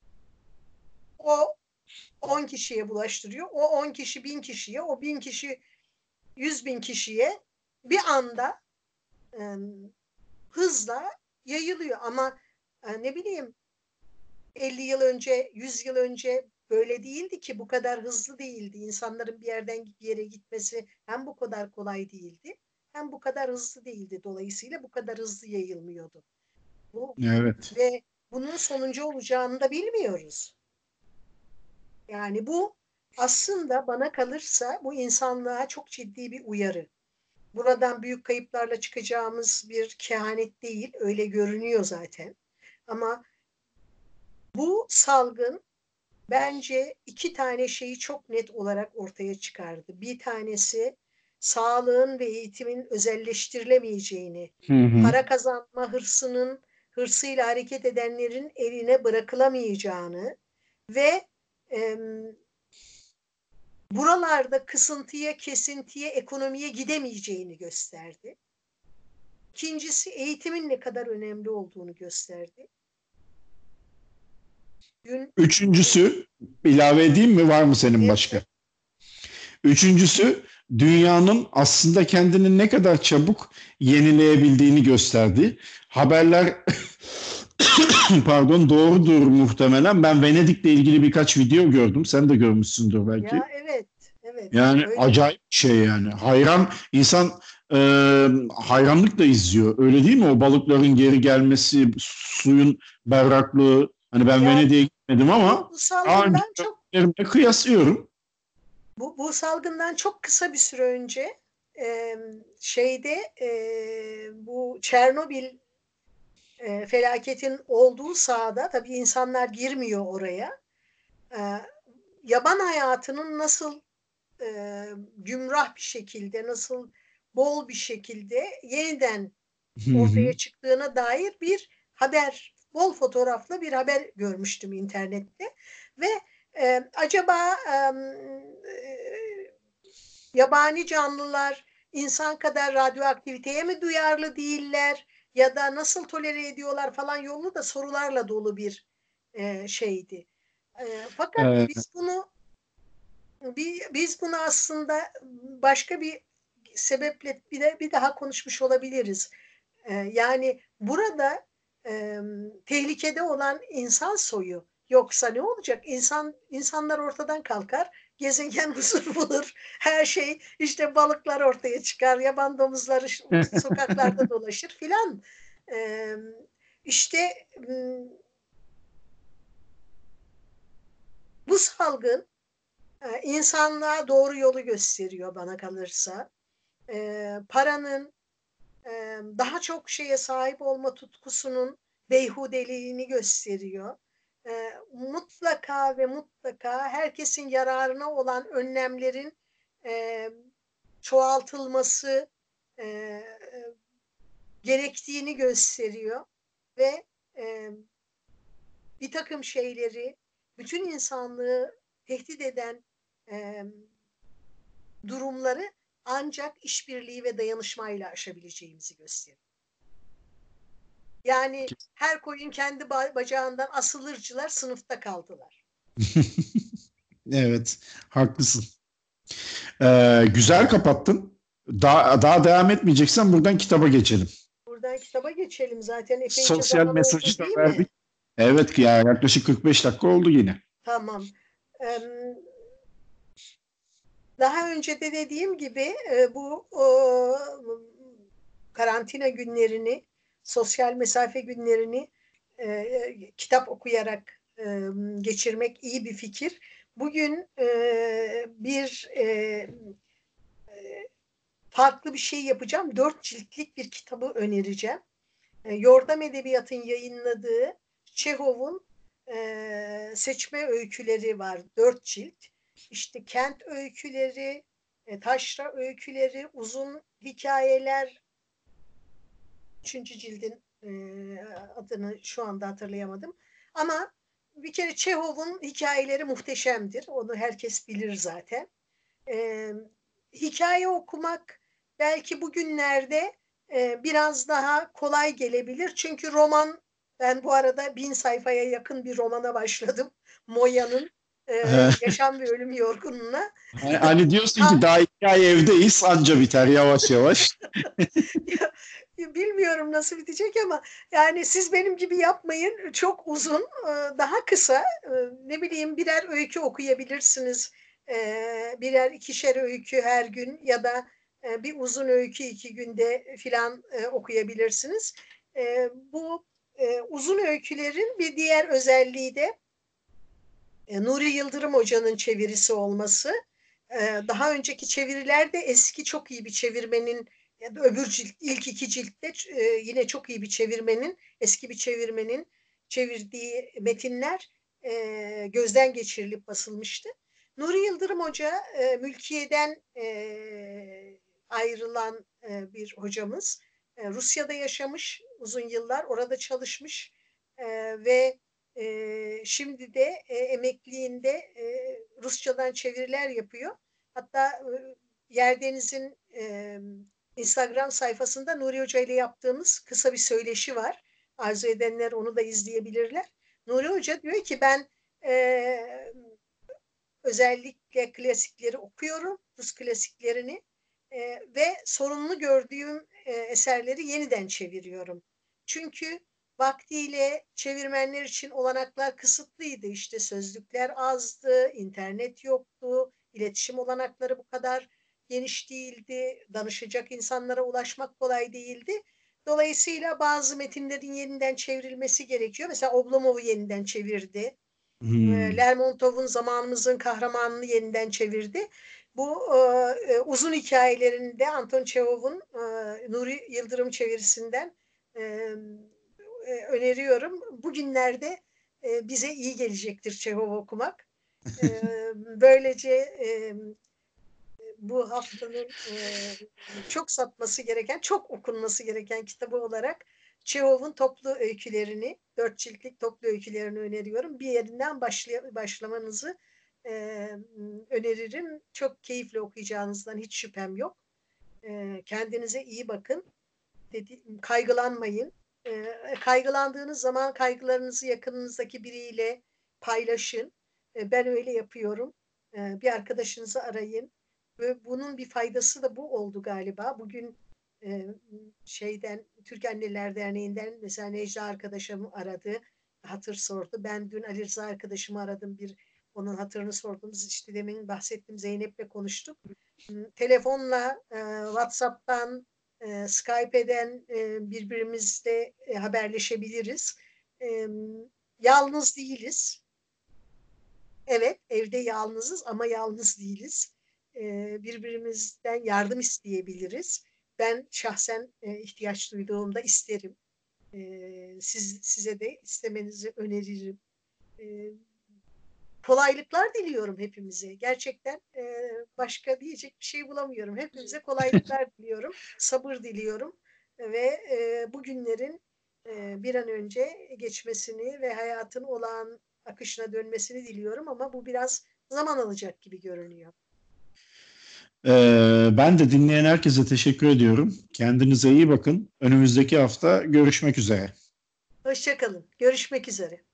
[SPEAKER 2] o on kişiye bulaştırıyor. O on kişi bin kişiye, o bin kişi yüz bin kişiye bir anda e, hızla yayılıyor. Ama e, ne bileyim elli yıl önce, yüz yıl önce böyle değildi ki, bu kadar hızlı değildi. İnsanların bir yerden bir yere gitmesi hem bu kadar kolay değildi, hem bu kadar hızlı değildi. Dolayısıyla bu kadar hızlı yayılmıyordu. Bu
[SPEAKER 1] Evet.
[SPEAKER 2] ve bunun sonuncu olacağını da bilmiyoruz. Yani bu aslında bana kalırsa bu insanlığa çok ciddi bir uyarı. Buradan büyük kayıplarla çıkacağımız bir kehanet değil, öyle görünüyor zaten. Ama bu salgın bence iki tane şeyi çok net olarak ortaya çıkardı. Bir tanesi sağlığın ve eğitimin özelleştirilemeyeceğini,
[SPEAKER 1] Hı hı.
[SPEAKER 2] para kazanma hırsının hırsıyla hareket edenlerin eline bırakılamayacağını ve e, buralarda kısıntıya, kesintiye, ekonomiye gidemeyeceğini gösterdi. İkincisi eğitimin ne kadar önemli olduğunu gösterdi. Dün
[SPEAKER 1] Üçüncüsü, ilave edeyim mi? Var mı senin başka? Üçüncüsü, dünyanın aslında kendini ne kadar çabuk yenileyebildiğini gösterdi. Haberler pardon, doğrudur muhtemelen. Ben Venedik'le ilgili birkaç video gördüm. Sen de görmüşsündür belki.
[SPEAKER 2] ya evet, evet
[SPEAKER 1] Yani
[SPEAKER 2] öyle.
[SPEAKER 1] acayip bir şey yani. Hayran insan e, hayranlıkla izliyor. Öyle değil mi? O balıkların geri gelmesi, suyun berraklığı. Hani ben
[SPEAKER 2] Ya
[SPEAKER 1] Venedik'e gitmedim
[SPEAKER 2] bu,
[SPEAKER 1] ama
[SPEAKER 2] bu
[SPEAKER 1] daha önce
[SPEAKER 2] salgından çok
[SPEAKER 1] gördüklerimle kıyaslıyorum.
[SPEAKER 2] bu, bu salgından çok kısa bir süre önce e, şeyde e, bu Çernobil e, felaketin olduğu sahada tabii insanlar girmiyor oraya. E, Yaban hayatının nasıl e, gümrah bir şekilde, nasıl bol bir şekilde yeniden
[SPEAKER 1] Hı hı.
[SPEAKER 2] ortaya çıktığına dair bir haber, bol fotoğraflı bir haber görmüştüm internette ve e, acaba e, yabani canlılar insan kadar radyoaktiviteye mi duyarlı değiller ya da nasıl tolere ediyorlar falan yolu da sorularla dolu bir e, şeydi. E, fakat
[SPEAKER 1] Ee,
[SPEAKER 2] biz bunu biz bunu aslında başka bir sebeple bir de bir daha konuşmuş olabiliriz. E, yani burada e, tehlikede olan insan soyu. Yoksa ne olacak? İnsan insanlar ortadan kalkar, gezegen huzur bulur. Her şey işte balıklar ortaya çıkar, yaban domuzları sokaklarda dolaşır filan. E, işte bu salgın e, insanlığa doğru yolu gösteriyor bana kalırsa. E, paranın e, daha çok şeye sahip olma tutkusunun beyhudeliğini gösteriyor. E, mutlaka ve mutlaka herkesin yararına olan önlemlerin e, çoğaltılması e, gerektiğini gösteriyor ve e, bir takım şeyleri bütün insanlığı tehdit eden e, durumları ancak işbirliği ve dayanışmayla aşabileceğimizi gösteriyor. Yani her koyun kendi bacağından asılırcılar sınıfta kaldılar.
[SPEAKER 1] Evet, haklısın. Ee, güzel kapattın. Daha, daha devam etmeyeceksen buradan kitaba geçelim.
[SPEAKER 2] Buradan kitaba geçelim. Zaten epeyce
[SPEAKER 1] Sosyal
[SPEAKER 2] zaman oldu
[SPEAKER 1] mesajı da
[SPEAKER 2] değil
[SPEAKER 1] verdik.
[SPEAKER 2] mi?
[SPEAKER 1] Evet ya, yaklaşık kırk beş dakika oldu yine.
[SPEAKER 2] Tamam. Daha önce de dediğim gibi e, bu o, karantina günlerini, sosyal mesafe günlerini e, kitap okuyarak e, geçirmek iyi bir fikir. Bugün e, bir e, farklı bir şey yapacağım. Dört ciltlik bir kitabı önereceğim. E, Yordam Edebiyat'ın yayınladığı Çehov'un e, seçme öyküleri var. Dört cilt. İşte kent öyküleri, e, taşra öyküleri, uzun hikayeler. Üçüncü cildin e, adını şu anda hatırlayamadım. Ama bir kere Çehov'un hikayeleri muhteşemdir. Onu herkes bilir zaten. E, Hikaye okumak belki bugünlerde e, biraz daha kolay gelebilir. Çünkü roman, ben bu arada bin sayfaya yakın bir romana başladım. Moya'nın e,
[SPEAKER 1] Ee,
[SPEAKER 2] Yaşam ve Ölüm Yorgunluğuna.
[SPEAKER 1] Hani diyorsun ki
[SPEAKER 2] Ha,
[SPEAKER 1] daha iki ay evdeyiz, anca biter yavaş yavaş.
[SPEAKER 2] bilmiyorum nasıl bitecek ama yani siz benim gibi yapmayın. Çok uzun, e, daha kısa, e, ne bileyim birer öykü okuyabilirsiniz. E, Birer ikişer öykü her gün ya da e, bir uzun öykü iki günde filan e, okuyabilirsiniz. E, Bu e, uzun öykülerin bir diğer özelliği de e, Nuri Yıldırım Hoca'nın çevirisi olması. E, daha önceki çevirilerde eski çok iyi bir çevirmenin ya da öbür cilt, ilk iki ciltte e, yine çok iyi bir çevirmenin, eski bir çevirmenin çevirdiği metinler e, gözden geçirilip basılmıştı. Nuri Yıldırım Hoca e, mülkiyeden e, ayrılan e, bir hocamız. E, Rusya'da yaşamış uzun yıllar, orada çalışmış e, ve e, şimdi de e, emekliliğinde e, Rusçadan çeviriler yapıyor. Hatta e, Yerdeniz'in e, Instagram sayfasında Nuri Hoca ile yaptığımız kısa bir söyleşi var. Arzu edenler onu da izleyebilirler. Nuri Hoca diyor ki ben e, özellikle klasikleri okuyorum, Rus klasiklerini e, ve sorunlu gördüğüm e, eserleri yeniden çeviriyorum. Çünkü vaktiyle çevirmenler için olanaklar kısıtlıydı. İşte sözlükler azdı, internet yoktu, iletişim olanakları bu kadar geniş değildi, danışacak insanlara ulaşmak kolay değildi. Dolayısıyla bazı metinlerin yeniden çevrilmesi gerekiyor. Mesela Oblomov'u yeniden çevirdi.
[SPEAKER 1] Hmm.
[SPEAKER 2] Lermontov'un Zamanımızın Kahramanını yeniden çevirdi. Bu e, uzun hikayelerinde Anton Çehov'un e, Nuri Yıldırım çevirisinden e, e, öneriyorum. Bugünlerde e, bize iyi gelecektir Çehov okumak. E, böylece e, bu haftanın e, çok satması gereken, çok okunması gereken kitabı olarak Çehov'un toplu öykülerini, dört ciltlik toplu öykülerini öneriyorum. Bir yerinden başlay- başlamanızı e, öneririm. Çok keyifle okuyacağınızdan hiç şüphem yok. E, kendinize iyi bakın. Dedi, kaygılanmayın. E, kaygılandığınız zaman kaygılarınızı yakınınızdaki biriyle paylaşın. E, ben öyle yapıyorum. E, bir arkadaşınızı arayın. Ve bunun bir faydası da bu oldu galiba. Bugün e, şeyden Türk Anneler Derneği'nden mesela Necla arkadaşımı aradı. Hatır sordu. Ben dün Ali Rıza arkadaşımı aradım. Bir onun hatırını sordum. İşte demin bahsettim Zeynep'le konuştuk. Telefonla, e, WhatsApp'tan, e, Skype'den e, birbirimizle e, haberleşebiliriz. E, yalnız değiliz. Evet, evde yalnızız ama yalnız değiliz. E, birbirimizden yardım isteyebiliriz. Ben şahsen e, ihtiyaç duyduğumda isterim. E, siz size de istemenizi öneririm. E, kolaylıklar diliyorum hepimize. Gerçekten e, başka diyecek bir şey bulamıyorum. Hepimize kolaylıklar diliyorum, sabır diliyorum ve e, bu günlerin e, bir an önce geçmesini ve hayatın olağan akışına dönmesini diliyorum ama bu biraz zaman alacak gibi görünüyor.
[SPEAKER 1] Ee, ben de dinleyen herkese teşekkür ediyorum. Kendinize iyi bakın. Önümüzdeki hafta görüşmek üzere.
[SPEAKER 2] Hoşçakalın. Görüşmek üzere.